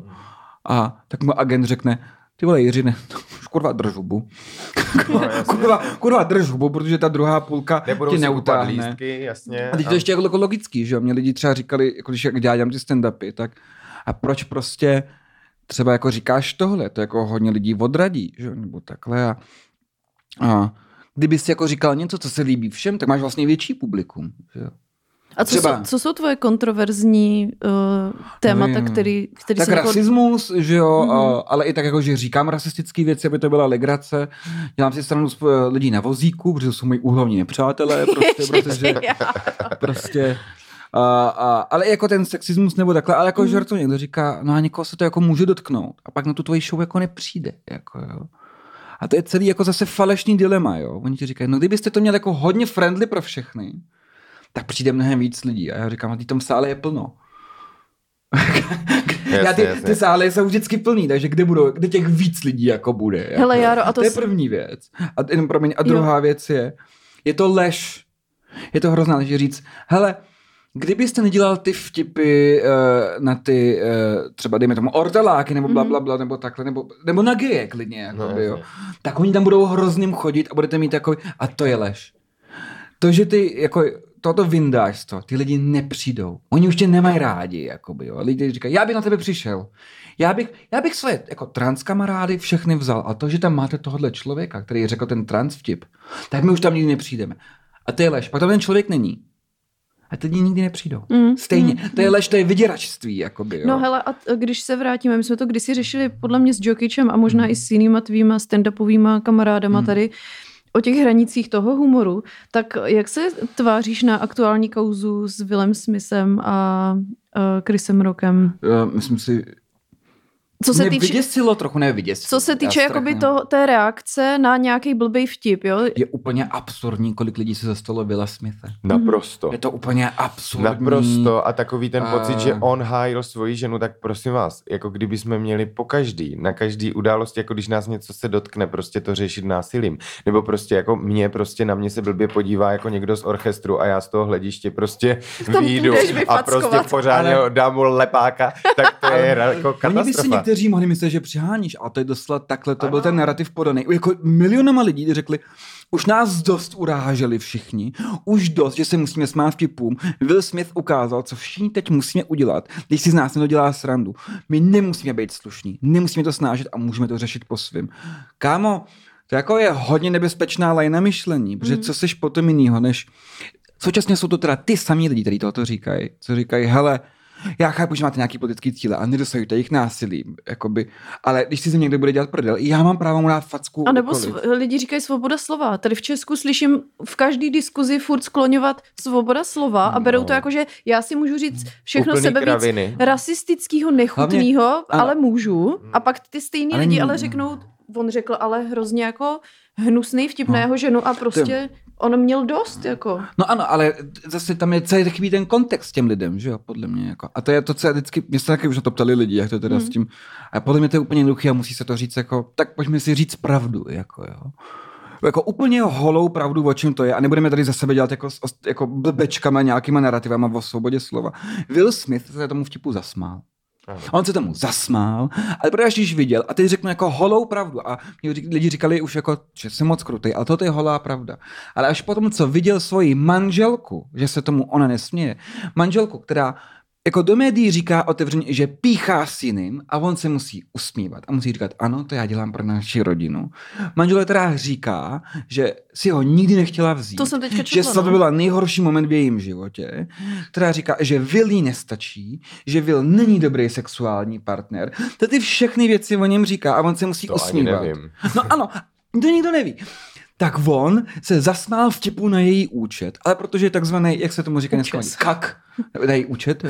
A tak mu agent řekne, ty vole Jiřine, už kurva drž hubu. No, kurva, kurva drž hubu, protože ta druhá půlka nebudou ti neutáhne. Lístky, jasně. A teď to ještě jako logický, že jo, mě lidi třeba říkali, jako když dělám ty stand-upy, tak a proč prostě třeba jako říkáš tohle, to jako hodně lidí odradí, že? Nebo takhle a, a kdyby jsi jako říkal něco, co se líbí všem, tak máš vlastně větší publikum. Že? A co, třeba, jsou, co jsou tvoje kontroverzní uh, témata, nevím, který, který tak se rasismus, jako... že jo, mm-hmm. uh, ale i tak jako, že říkám rasistické věci, aby to byla legrace. Dělám si stranu lidí na vozíku, protože jsou moji úhlavní nepřátelé, prostě, protože prostě A, a, ale jako ten sexismus nebo takhle, ale jako mm. žart to někdo říká, no a někoho se to jako může dotknout a pak na tu tvoji show jako nepřijde, jako jo. A to je celý jako zase falešný dilema, jo. Oni ti říkají, no kdybyste to měli jako hodně friendly pro všechny, tak přijde mnohem víc lidí. A já říkám, a v tom sále je plno. Jasně, já ty, jasně. ty sály jsou vždycky plný, takže kde, budou, kde těch víc lidí jako bude. Jako. Hele, Jaro, a to, to je s... první věc. A, jenom, promiň, a druhá jo. věc je, je to lež. Je to hrozná lež říct, hele, kdybyste nedělal ty vtipy uh, na ty, uh, třeba dejme tomu orteláky, nebo blablabla, bla, bla, nebo takhle, nebo, nebo na geje klidně, jakoby, no, jo. Tak oni tam budou hrozním chodit a budete mít takový, a to je lež. To, že ty, jako, toto vyndáš to, ty lidi nepřijdou. Oni už tě nemají rádi, jakoby, jo. Lidi říkají, já bych na tebe přišel. Já bych, já bych své jako trans kamarády všechny vzal. A to, že tam máte tohohle člověka, který řekl ten trans vtip, tak my už tam nikdy nepřijdeme. A to je lež. Pak tam ten člověk není. A ty nikdy nepřijdou. Mm, Stejně. Mm, to je lež, to je vyděračství. Jakoby, jo. No hele, a když se vrátíme, my jsme to kdysi řešili podle mě s Jokičem a možná mm. i s jinýma tvýma stand-upovýma kamarádama mm. tady. o těch hranicích toho humoru, tak jak se tváříš na aktuální kauzu s Willem Smithem a uh, Chrisem Rockem? Uh, myslím si, Co se mě týče, vyděsilo trochu, ne vyděsilo. co se týče jakoby to, té reakce na nějaký blbej vtip, jo? Je úplně absurdní, kolik lidí se zastalo Willa Smitha. Naprosto. Je to úplně absurdní. Naprosto a takový ten pocit, A- že on hájil svoji ženu, tak prosím vás, jako kdyby jsme měli po každý, na každý události, jako když nás něco se dotkne, prostě to řešit násilím. Nebo prostě jako mě, prostě na mě se blbě podívá jako někdo z orchestru a já z toho hlediště prostě Tam výjdu půjdeš a vyfackovat. prostě pořádně Ale- dám mu lepáka, tak to je jako Oni by si katastrofa. někteří mohli myslet, že přiháníš, a to je doslova takhle, to byl ten narrativ podaný. Jako milionama lidí řekli, už nás dost uráželi všichni, už dost, že se musíme smát vtipům. Will Smith ukázal, co všichni teď musíme udělat, když si z nás někdo dělá srandu. My nemusíme být slušní, nemusíme to snážet a můžeme to řešit po svým. Kámo, to jako je hodně nebezpečná lajna myšlení, protože co seš potom jinýho, než... Současně jsou to teda ty samý lidi, kteří tohoto říkají, co říkají, hele, já chápu, že máte nějaký politický cíle a nedosahujete jich násilím, jakoby, ale když si ze mě někdo bude dělat prdel, já mám právo mu dát facku. A nebo kdokoliv. sv- lidi říkají svoboda slova. Tady v Česku slyším v každý diskuzi furt skloňovat svoboda slova a berou No. to jako, že já si můžu říct všechno Úplný sebevíc kraviny. rasistického, nechutného, Hlavně- ale ano. můžu. A pak ty stejný Ale lidi ní- ale řeknou, on řekl ale hrozně jako hnusnej vtip na No. jeho ženu a prostě on měl dost, jako. No ano, ale zase tam je celý takový ten kontext těm lidem, že jo, podle mě. Jako. A to je to, co já vždycky, mě se taky už na to ptali lidi, jak to teda Hmm. s tím. A podle mě to je úplně jednoduché a musí se to říct jako, tak pojďme si říct pravdu, jako jo. Jako úplně holou pravdu, o čem to je a nebudeme tady za sebe dělat jako, s- os- jako blbečkama, nějakýma narrativama o svobodě slova. Will Smith se tomu vtipu zasmál. A on se tomu zasmál, ale protože když viděl, a teď řeknu jako holou pravdu, a mě řík- lidi říkali už jako, že jsem moc krutý, ale toto je holá pravda. Ale až potom, co viděl svoji manželku, že se tomu ona nesměje, manželku, která jako do médií říká otevřeně, že píchá s jiným a on se musí usmívat a musí říkat, ano, to já dělám pro naši rodinu. Manželka teda říká, že si ho nikdy nechtěla vzít. To jsem teďka Že četla, svatba no. byla nejhorší moment v jejím životě, která říká, že Will jí nestačí, že Will není dobrý sexuální partner. To ty všechny věci o něm říká a on se musí To ani usmívat. nevím. No ano, to nikdo neví. Tak on se zasmál vtipu na její účet, ale protože je takzvaný, jak se tomu říká dneska, Účes. kak, na její účet.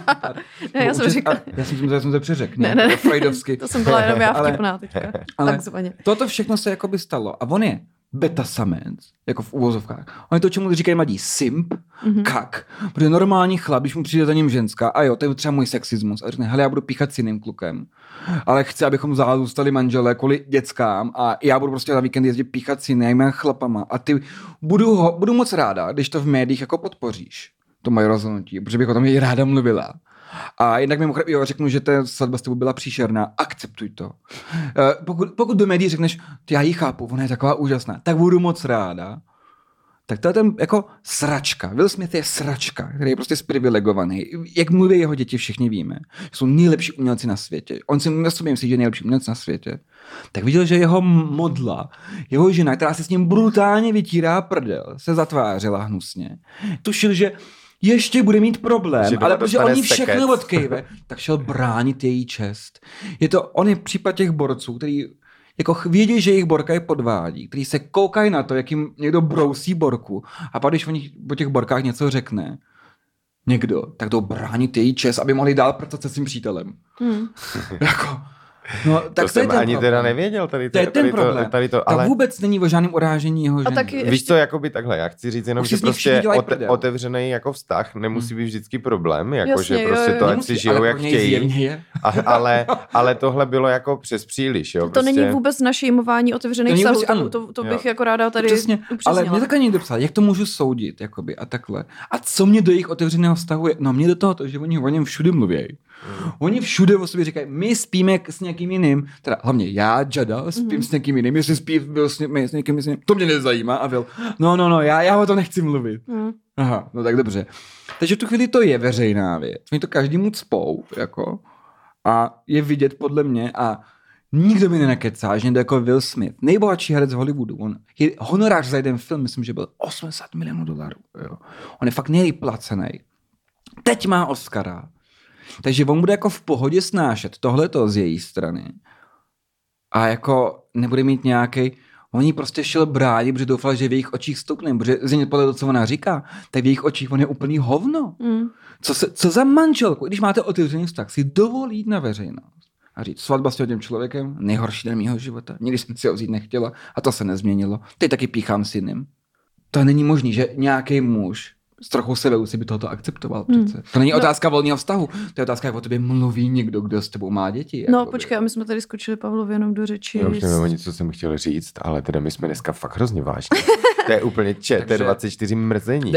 Ne, já jsem Účet- říkala. a- Já jsem to, já jsem to přeřekl, Ne, ne, ne. Freudovsky. To jsem byla jenom já Ale- vtipná teďka. ale- Takzvaně. Toto všechno se jakoby stalo. A on je beta samec, jako v uvozovkách. On je to, čemu říkají mladí simp, mm-hmm. kak. Protože normální chlap, když mu přijde za ním ženská, a jo, to je třeba můj sexismus. A řekne, hele, já budu píchat s jiným klukem. Ale chci, abychom zále zůstali manželé kvůli dětskám a já budu prostě na víkend jezdit píchat s jinými chlapama. A ty budu, ho, budu moc ráda, když to v médiích jako podpoříš. To moje rozhodnutí, protože bych o tom i ráda mluvila. A jednak mimochodem, jo, řeknu, že ta svatba s tebou byla příšerná, akceptuj to. E, pokud, pokud do médií řekneš, ty já ji chápu, ona je taková úžasná, tak budu moc ráda. Tak to je ten jako sračka. Will Smith je sračka, který je prostě sprivilegovaný. Jak mluví jeho děti, všichni víme. Jsou nejlepší umělci na světě. On si na sobě myslí, že je nejlepší umělec na světě. Tak viděl, že jeho modla, jeho žena, která se s ním brutálně vytírá prdel, se zatvářela hnusně. Tušil, že ještě bude mít problém, Že doma ale protože dostane oni všechno sekec. odkejve, tak šel bránit její čest. Je to, on je případ těch borců, který jako ch- vědí, že jejich borka je podvádí, který se koukají na to, jak jim někdo brousí borku a pak, když o, nich, o těch borkách něco řekne někdo, tak to bránit její čest, aby mohli dál pracovat se svým přítelem. Hmm. jako, no, tak To to, jsem je ten ani problém. teda nevěděl. Tady, To je ten tady problém. To, tady to, Ale... ale... vůbec není o žádném urážení jeho ženy. taky- Víš to, jakoby takhle, já chci říct jenom, Už že si z nich všichni prostě dělají ote, prdel. otevřený jako vztah nemusí být vždycky problém, jako Jasně, že jo, prostě jo, to, jo. ať si Nemusí, žijou, ale jak pro něj chtějí, zjevně je. a, ale, ale tohle bylo jako přes příliš, jo. To Prostě... není vůbec našejmování otevřených To není vztahů. vůbec- ano. To, to, to Jo. bych jako ráda tady Přesně, ale upřesnila. mě takhle někdo psal, jak to můžu soudit, jakoby, a takhle. A co mě do jejich otevřeného vztahu je? No mě do toho, to, že oni o něm všude mluví. Mm. Oni všude o sobě říkají, my spíme s někým jiným, teda hlavně já, Jada, spím mm. s někým jiným, jestli spí byl s, ně, s někým jiným, to mě nezajímá. A byl, no, no, no, já, já o to nechci mluvit. Mm. Aha, no tak dobře. Takže v tu chvíli to je veřejná věc. Oni to každému cpou, jako, a je vidět podle mě a nikdo mi nenakecá, že někdo jako Will Smith, nejbohatší herec z Hollywoodu. On je honorář za jeden film, myslím, že byl osmdesát milionů dolarů. Jo. On je fakt nejplacený. Teď má Oscara. Takže on bude jako v pohodě snášet tohleto z její strany. A jako nebude mít nějaký Oni prostě šel bránit, protože doufal, že v jejich očích stoupne, protože z podle toho, co ona říká, tak v jejich očích on je úplný hovno. Mm. Co, se, co za manželku, když máte otevřený vztah, si dovolí jít na veřejnost a říct, svatba s tím člověkem, nejhorší den mýho života, nikdy jsem si ho vzít nechtěla a to se nezměnilo. Teď taky píchám s jiným. To není možný, že nějaký muž s trochou sebeúcty by tohoto akceptoval přece. Hmm. To není no. otázka volného vztahu, to je otázka, jak o tobě mluví někdo, kdo s tebou má děti. No počkej, a my jsme tady skočili Pavlovi jenom do řeči. Já už nevím, nic, co jsem chtěl říct, ale teda my jsme dneska fakt hrozně vážní. To je úplně čet, dvacet čtyři mrzení.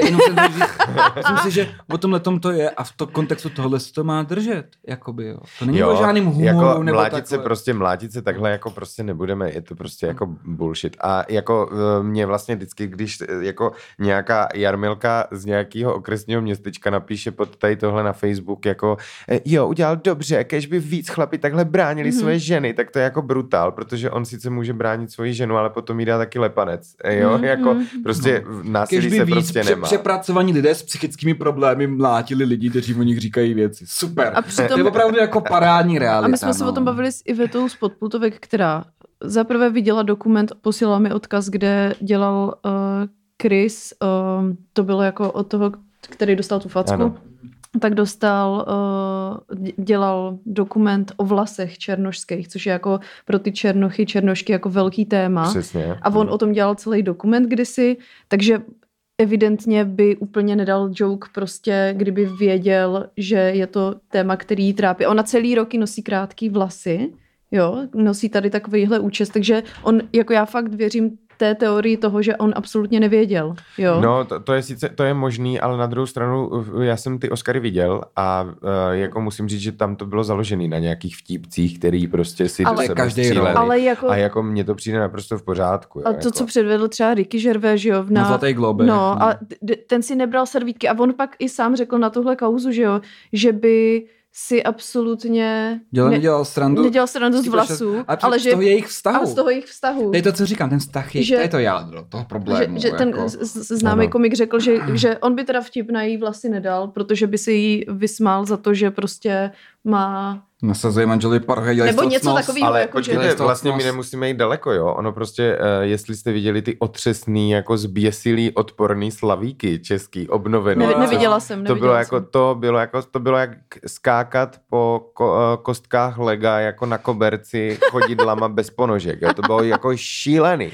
Myslím si, že o tomhletom to je a v tom kontextu tohle se to má držet. Jakoby, jo. To není jo, o žádným humoru. Jako nebo mlátit se prostě, mlátit se takhle jako prostě nebudeme, je to prostě jako bullshit. A jako mě vlastně vždycky, když jako nějaká Jarmilka z nějakého okresního městečka napíše pod tady tohle na Facebook jako jo, udělal dobře, kež by víc chlapi takhle bránili mm-hmm. svoje ženy, tak to je jako brutál, protože on sice může bránit svoji ženu, ale potom jí dá taky lepanec. Jo, mm-hmm. jako prostě no. násilí se prostě pře- nemá. Přepracovaní lidé s psychickými problémy mlátili lidi, kteří o nich říkají věci. Super. A přitom... To je opravdu jako parádní realita. A my jsme no. se o tom bavili s Ivetou z Podplutovek, která zaprvé viděla dokument, posílala mi odkaz, kde dělal uh, Chris, uh, to bylo jako od toho, který dostal tu facku, ano. tak dostal, uh, dělal dokument o vlasech černošských, což je jako pro ty černochy, černošky jako velký téma. Přesně. A on o tom dělal celý dokument kdysi, takže evidentně by úplně nedal joke prostě, kdyby věděl, že je to téma, který jí trápí. Ona celý roky nosí krátký vlasy, jo, nosí tady takovýhle účes, takže on, jako já fakt věřím té teorii toho, že on absolutně nevěděl. Jo? No, to, to je sice, to je možný, ale na druhou stranu já jsem ty Oscary viděl a uh, jako musím říct, že tam to bylo založený na nějakých vtípcích, který prostě si ale, do sebe stříleli. Ale jako, a jako mně to přijde naprosto v pořádku. Jo, a to, jako. co předvedl třeba Ricky Gervais, že jo? Na, na Zlatý Globe. No, a d- ten si nebral servítky a on pak i sám řekl na tuhle kauzu, že jo, že by si absolutně Dělal, ne, nedělal srandu, nedělal srandu z vlasů, ale ale z toho že, jejich vztahu. Ale z toho jejich vztahu. To je to, co říkám, ten vztah je, že, to je to jádro toho problému. Že, že ten jako. známý komik řekl, že, že on by teda vtip na její vlasy nedal, protože by si jí vysmál za to, že prostě má... Nasazuje manželovi parhej, nebo něco takového. Ale jako, počkejte, že... vlastně my nemusíme jít daleko, jo. Ono prostě, uh, jestli jste viděli ty otřesný, jako zběsilý, odporný slavíky český, obnovený. Ne, neviděla jsem, neviděla to bylo jsem. jako, to bylo jako, to bylo jak skákat po ko, uh, kostkách lega, jako na koberci, chodidlama bez ponožek, jo. To bylo jako šílený.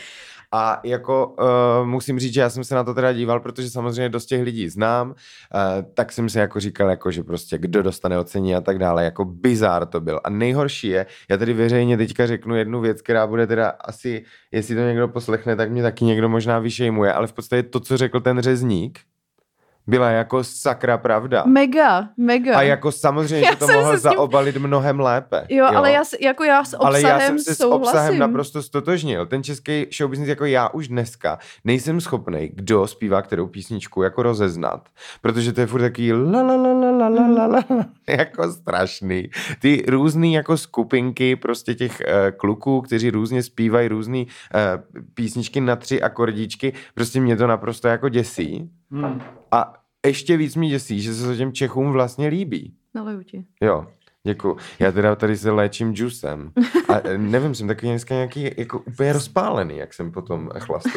A jako uh, musím říct, že já jsem se na to teda díval, protože samozřejmě dost těch lidí znám, uh, tak jsem si jako říkal, jako, že prostě kdo dostane ocení a tak dále, jako bizár to byl. A nejhorší je, já tady veřejně teďka řeknu jednu věc, která bude teda asi, jestli to někdo poslechne, tak mě taky někdo možná vyšejmuje, ale v podstatě to, co řekl ten řezník, byla jako sakra pravda. Mega, mega. A jako samozřejmě, já že to mohl tím... zaobalit mnohem lépe. Jo, jo, ale já, jako já s obsahem Ale já jsem se souhlasím. s obsahem naprosto stotožnil. Ten český showbusiness jako já už dneska nejsem schopnej, kdo zpívá kterou písničku jako rozeznat. Protože to je furt takový la la la la la la la la jako strašný. Ty různý jako skupinky prostě těch uh, kluků, kteří různě zpívají různý uh, písničky na tři akordíčky, prostě mě to naprosto jako děsí. Hmm. A ještě víc mě děsí, že se to těm Čechům vlastně líbí. Naleju ti. Jo, děkuju. Já teda tady se léčím džusem. A nevím, jsem takový dneska nějaký jako úplně rozpálený, jak jsem potom chlastu.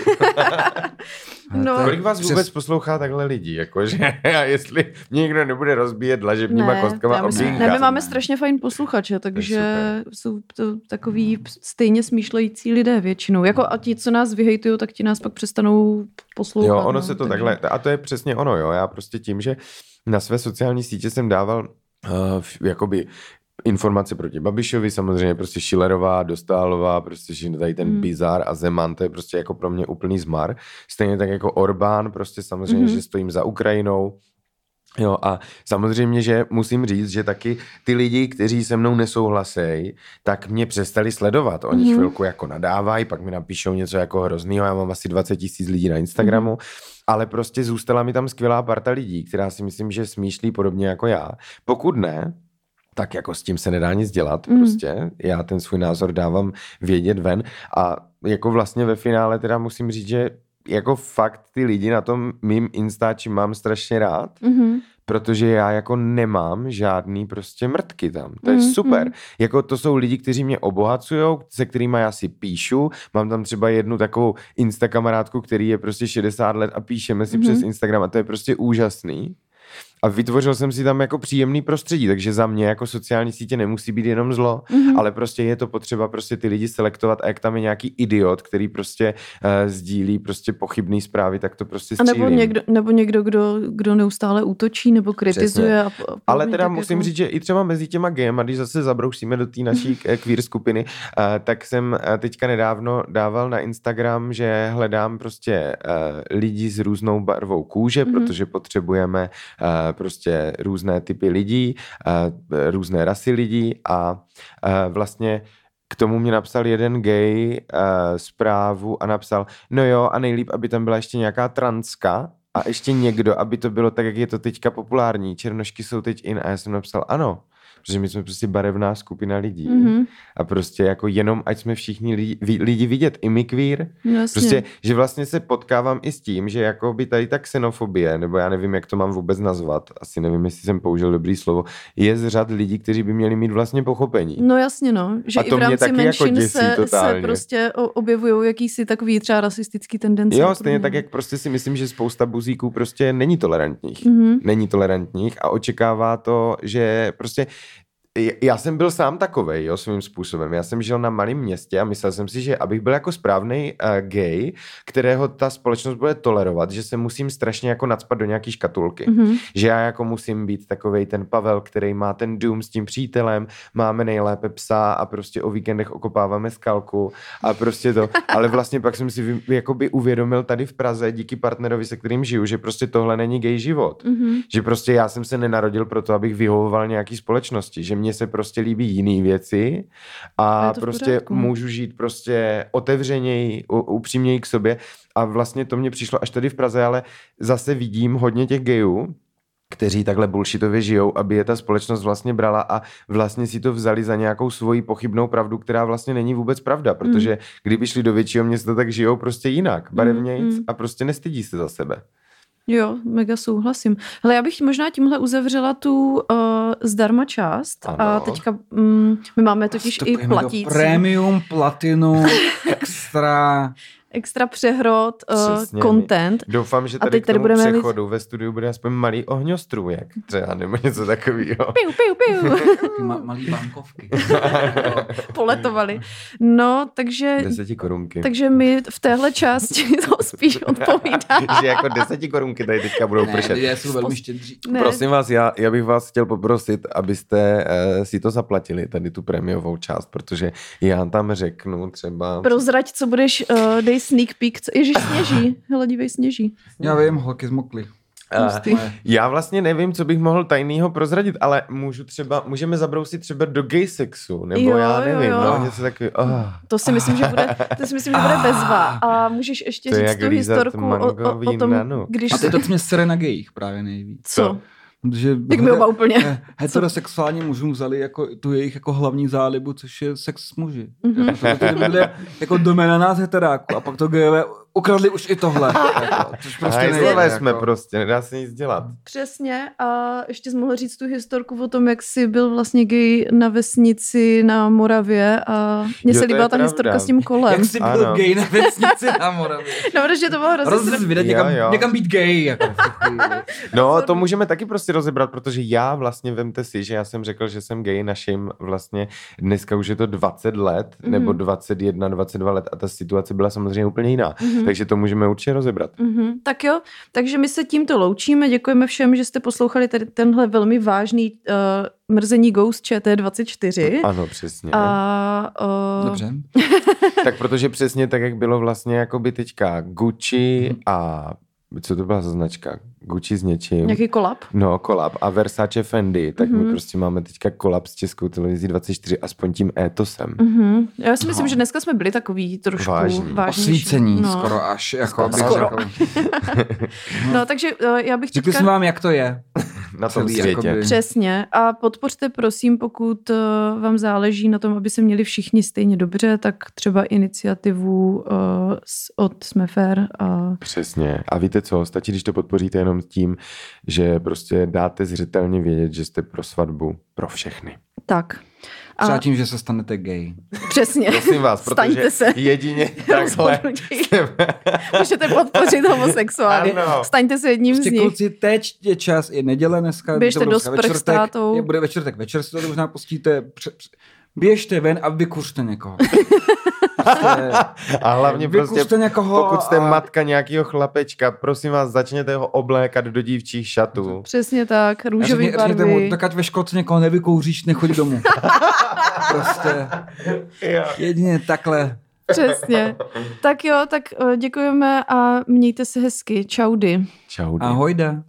No, kolik vás vůbec přes... poslouchá takhle lidí? Jakože, a jestli někdo nebude rozbíjet dlažebníma ne, kostkama myslím, ne, my máme strašně fajn posluchače, takže jsou to takový stejně smýšlející lidé většinou. Jako a ti, co nás vyhejtují, tak ti nás pak přestanou poslouchat. Jo, ono no, se to takže... takhle, a to je přesně ono, jo. Já prostě tím, že na své sociální sítě jsem dával uh, jakoby informace proti Babišovi, samozřejmě prostě Schillerová, Dostálová, prostě tady ten hmm. bizár a Zeman, to je prostě jako pro mě úplný zmar. Stejně tak jako Orbán, prostě samozřejmě, hmm. že stojím za Ukrajinou. Jo, a samozřejmě, že musím říct, že taky ty lidi, kteří se mnou nesouhlasejí, tak mě přestali sledovat. Oni mm. chvilku jako nadávají, pak mi napíšou něco jako hroznýho, já mám asi dvacet tisíc lidí na Instagramu, mm. ale prostě zůstala mi tam skvělá parta lidí, která si myslím, že smýšlí podobně jako já. Pokud ne, tak jako s tím se nedá nic dělat, mm. prostě. Já ten svůj názor dávám vědět ven a jako vlastně ve finále teda musím říct, že jako fakt ty lidi na tom mým Instači mám strašně rád, Mm-hmm. protože já jako nemám žádný prostě mrtky tam. To je mm, super. Mm. Jako to jsou lidi, kteří mě obohacujou, se kterými já si píšu. Mám tam třeba jednu takovou Insta kamarádku, který je prostě šedesát let a píšeme si mm. přes Instagram a to je prostě úžasný. A vytvořil jsem si tam jako příjemný prostředí, takže za mě jako sociální sítě nemusí být jenom zlo, mm-hmm. ale prostě je to potřeba prostě ty lidi selektovat a jak tam je nějaký idiot, který prostě uh, sdílí prostě pochybný zprávy, tak to prostě střílím. A nebo někdo, nebo někdo kdo, kdo neustále útočí nebo kritizuje. A, a ale teda musím jako... říct, že i třeba mezi těma gayma, když zase zabroušíme do té naší queer skupiny, uh, tak jsem uh, teďka nedávno dával na Instagram, že hledám prostě uh, lidi s různou barvou kůže, mm-hmm. protože potřebujeme uh, prostě různé typy lidí, různé rasy lidí a vlastně k tomu mě napsal jeden gay zprávu a napsal, no jo, a nejlíp, aby tam byla ještě nějaká transka a ještě někdo, aby to bylo tak, jak je to teďka populární. Černošky jsou teď in a já jsem napsal ano. Protože my jsme prostě barevná skupina lidí. Mm-hmm. A prostě jako jenom, ať jsme všichni lidi, lidi vidět, i my queer. Jasně. Prostě, že vlastně se potkávám i s tím, že jako by tady ta xenofobie, nebo já nevím, jak to mám vůbec nazvat, asi nevím, jestli jsem použil dobrý slovo, je z řad lidí, kteří by měli mít vlastně pochopení. No jasně, no. Že a i v rámci menšin jako se, se prostě objevují jakýsi takový třeba rasistický tendence. Jo, stejně tak, jak prostě si myslím, že spousta buzíků prostě není tolerantních. Mm-hmm. Není tolerantních a očekává to, že prostě já jsem byl sám takovej, jo, svým způsobem. Já jsem žil na malém městě a myslel jsem si, že abych byl jako správnej uh, gay, kterého ta společnost bude tolerovat, že se musím strašně jako nacpat do nějaký škatulky. Mm-hmm. Že já jako musím být takovej ten Pavel, který má ten dům s tím přítelem, máme nejlépe psa a prostě o víkendech okopáváme skalku a prostě to. Ale vlastně pak jsem si jakoby uvědomil tady v Praze díky partnerovi, se kterým žiju, že prostě tohle není gay život. Mm-hmm. Že prostě já jsem se nenarodil proto, abych vyhovoval nějaký společnosti, že mně se prostě líbí jiný věci a prostě můžu žít prostě otevřeněji, upřímněji k sobě a vlastně to mně přišlo až tady v Praze, ale zase vidím hodně těch gayů, kteří takhle bullshitově žijou, aby je ta společnost vlastně brala a vlastně si to vzali za nějakou svoji pochybnou pravdu, která vlastně není vůbec pravda, protože mm. kdyby šli do většího města, tak žijou prostě jinak, barevnějc mm. a prostě nestydí se za sebe. Jo, mega souhlasím. Hele, já bych možná tímhle uzavřela tu uh, zdarma část ano. A teďka um, my máme totiž i platící. Premium, platinu, extra... extra přehrot, uh, content. Doufám, že tady k tomu tady přechodu mít... ve studiu bude aspoň malý ohňostrůjek. Třeba nebo něco takového. Piu, piu, piu. Ma- malý bankovky. Poletovali. No, takže... Deseti korunky. Takže my v téhle části to spíš odpovídá. Že jako deseti korunky tady teďka budou ne, pršet. Ne, jsou velmi štědří. Ne. Prosím vás, já, já bych vás chtěl poprosit, abyste uh, si to zaplatili, tady tu prémiovou část, protože já tam řeknu třeba... Prozrať, co budeš, uh, dej sneak peek. Ježíš, sněží. Hele, dívej, sněží. Já vím, holky zmokly. Uh, já vlastně nevím, co bych mohl tajnýho prozradit, ale můžu třeba, můžeme zabrousit třeba do gay sexu, nebo jo, já nevím, jo, jo. no, něco takový. Oh. To si myslím, že bude, to si myslím, že bude bezva. A můžeš ještě to říct tu historku o, o, o tom, nanu. když... A ty to mě sere na gejích právě nejvíc. Co? Že jak mi oba úplně. Heterosexuální mužům vzali jako tu jejich jako hlavní zálibu, což je sex s muži. Mm-hmm. To, to byly jako doména nás heteráku a pak to gejové ukradli už i tohle. Jako, což prostě nejde. Jsme jako... prostě, nedá se nic dělat. Přesně a ještě jsi mohl říct tu historku o tom, jak jsi byl vlastně gay na vesnici na Moravě a mně se líbila ta pravda. Historka s tím kolem. Jak jsi byl ano. gay na vesnici na Moravě. No, protože to bylo hrozně... Rozvědět někam, někam být gay. Jako no, to můžeme taky prostě rozebrat, protože já vlastně, vemte si, že já jsem řekl, že jsem gay našim vlastně, dneska už je to dvacet let, mm-hmm. nebo dvacet jedna, dvacet dva let a ta situace byla samozřejmě úplně jiná. Mm-hmm. Takže to můžeme určitě rozebrat. Mm-hmm. Tak jo, takže my se tímto loučíme, děkujeme všem, že jste poslouchali tady tenhle velmi vážný uh, mrzení Ghost Č T dvacet čtyři. Ano, přesně. A, uh... Dobře. Tak protože přesně tak, jak bylo vlastně jakoby teďka Gucci a co to byla za značka? Gucci s něčím. Nějaký kolab? No, kolab. A Versace Fendi. Tak mm-hmm. my prostě máme teďka kolab s Českou televizí dvacet čtyři aspoň tím étosem. Mm-hmm. Já si myslím, no. že dneska jsme byli takový trošku vážní. Osvícení no. skoro až. Jako skoro. skoro. No, takže uh, já bych Řekli jsem vám, jak to je. na tom celý, světě. jakoby. Přesně. A podpořte, prosím, pokud uh, vám záleží na tom, aby se měli všichni stejně dobře, tak třeba iniciativu uh, s, od Jsme fér. A... Přesně. A víte co, stačí, když to podpoříte jenom tím, že prostě dáte zřetelně vědět, že jste pro svatbu pro všechny. Tak. A... Třeba tím, že se stanete gay. Přesně. Prosím vás, Staňte protože se. jedině takhle... Můžete podpořit homosexuály. Ano. Staňte se jedním Prostě z nich. kluci, teď je čas, je neděle dneska. Běžte to bude do dneska ve sprch s čtvrtek, tátou. je, bude ve čtvrtek večer, si to možná pustíte. Pře, pře, běžte ven a vykuřte někoho. A hlavně prostě, někoho pokud jste a... matka nějakého chlapečka, prosím vás, začněte ho oblékat do dívčích šatů. Přesně tak, růžový řekni, řekněte barvy. mu, tak ať ve školce někoho nevykouříš, nechodí domů. Prostě jedině takhle. Přesně. Tak jo, tak děkujeme a mějte se hezky. Čaudy. Čau. Ahojda.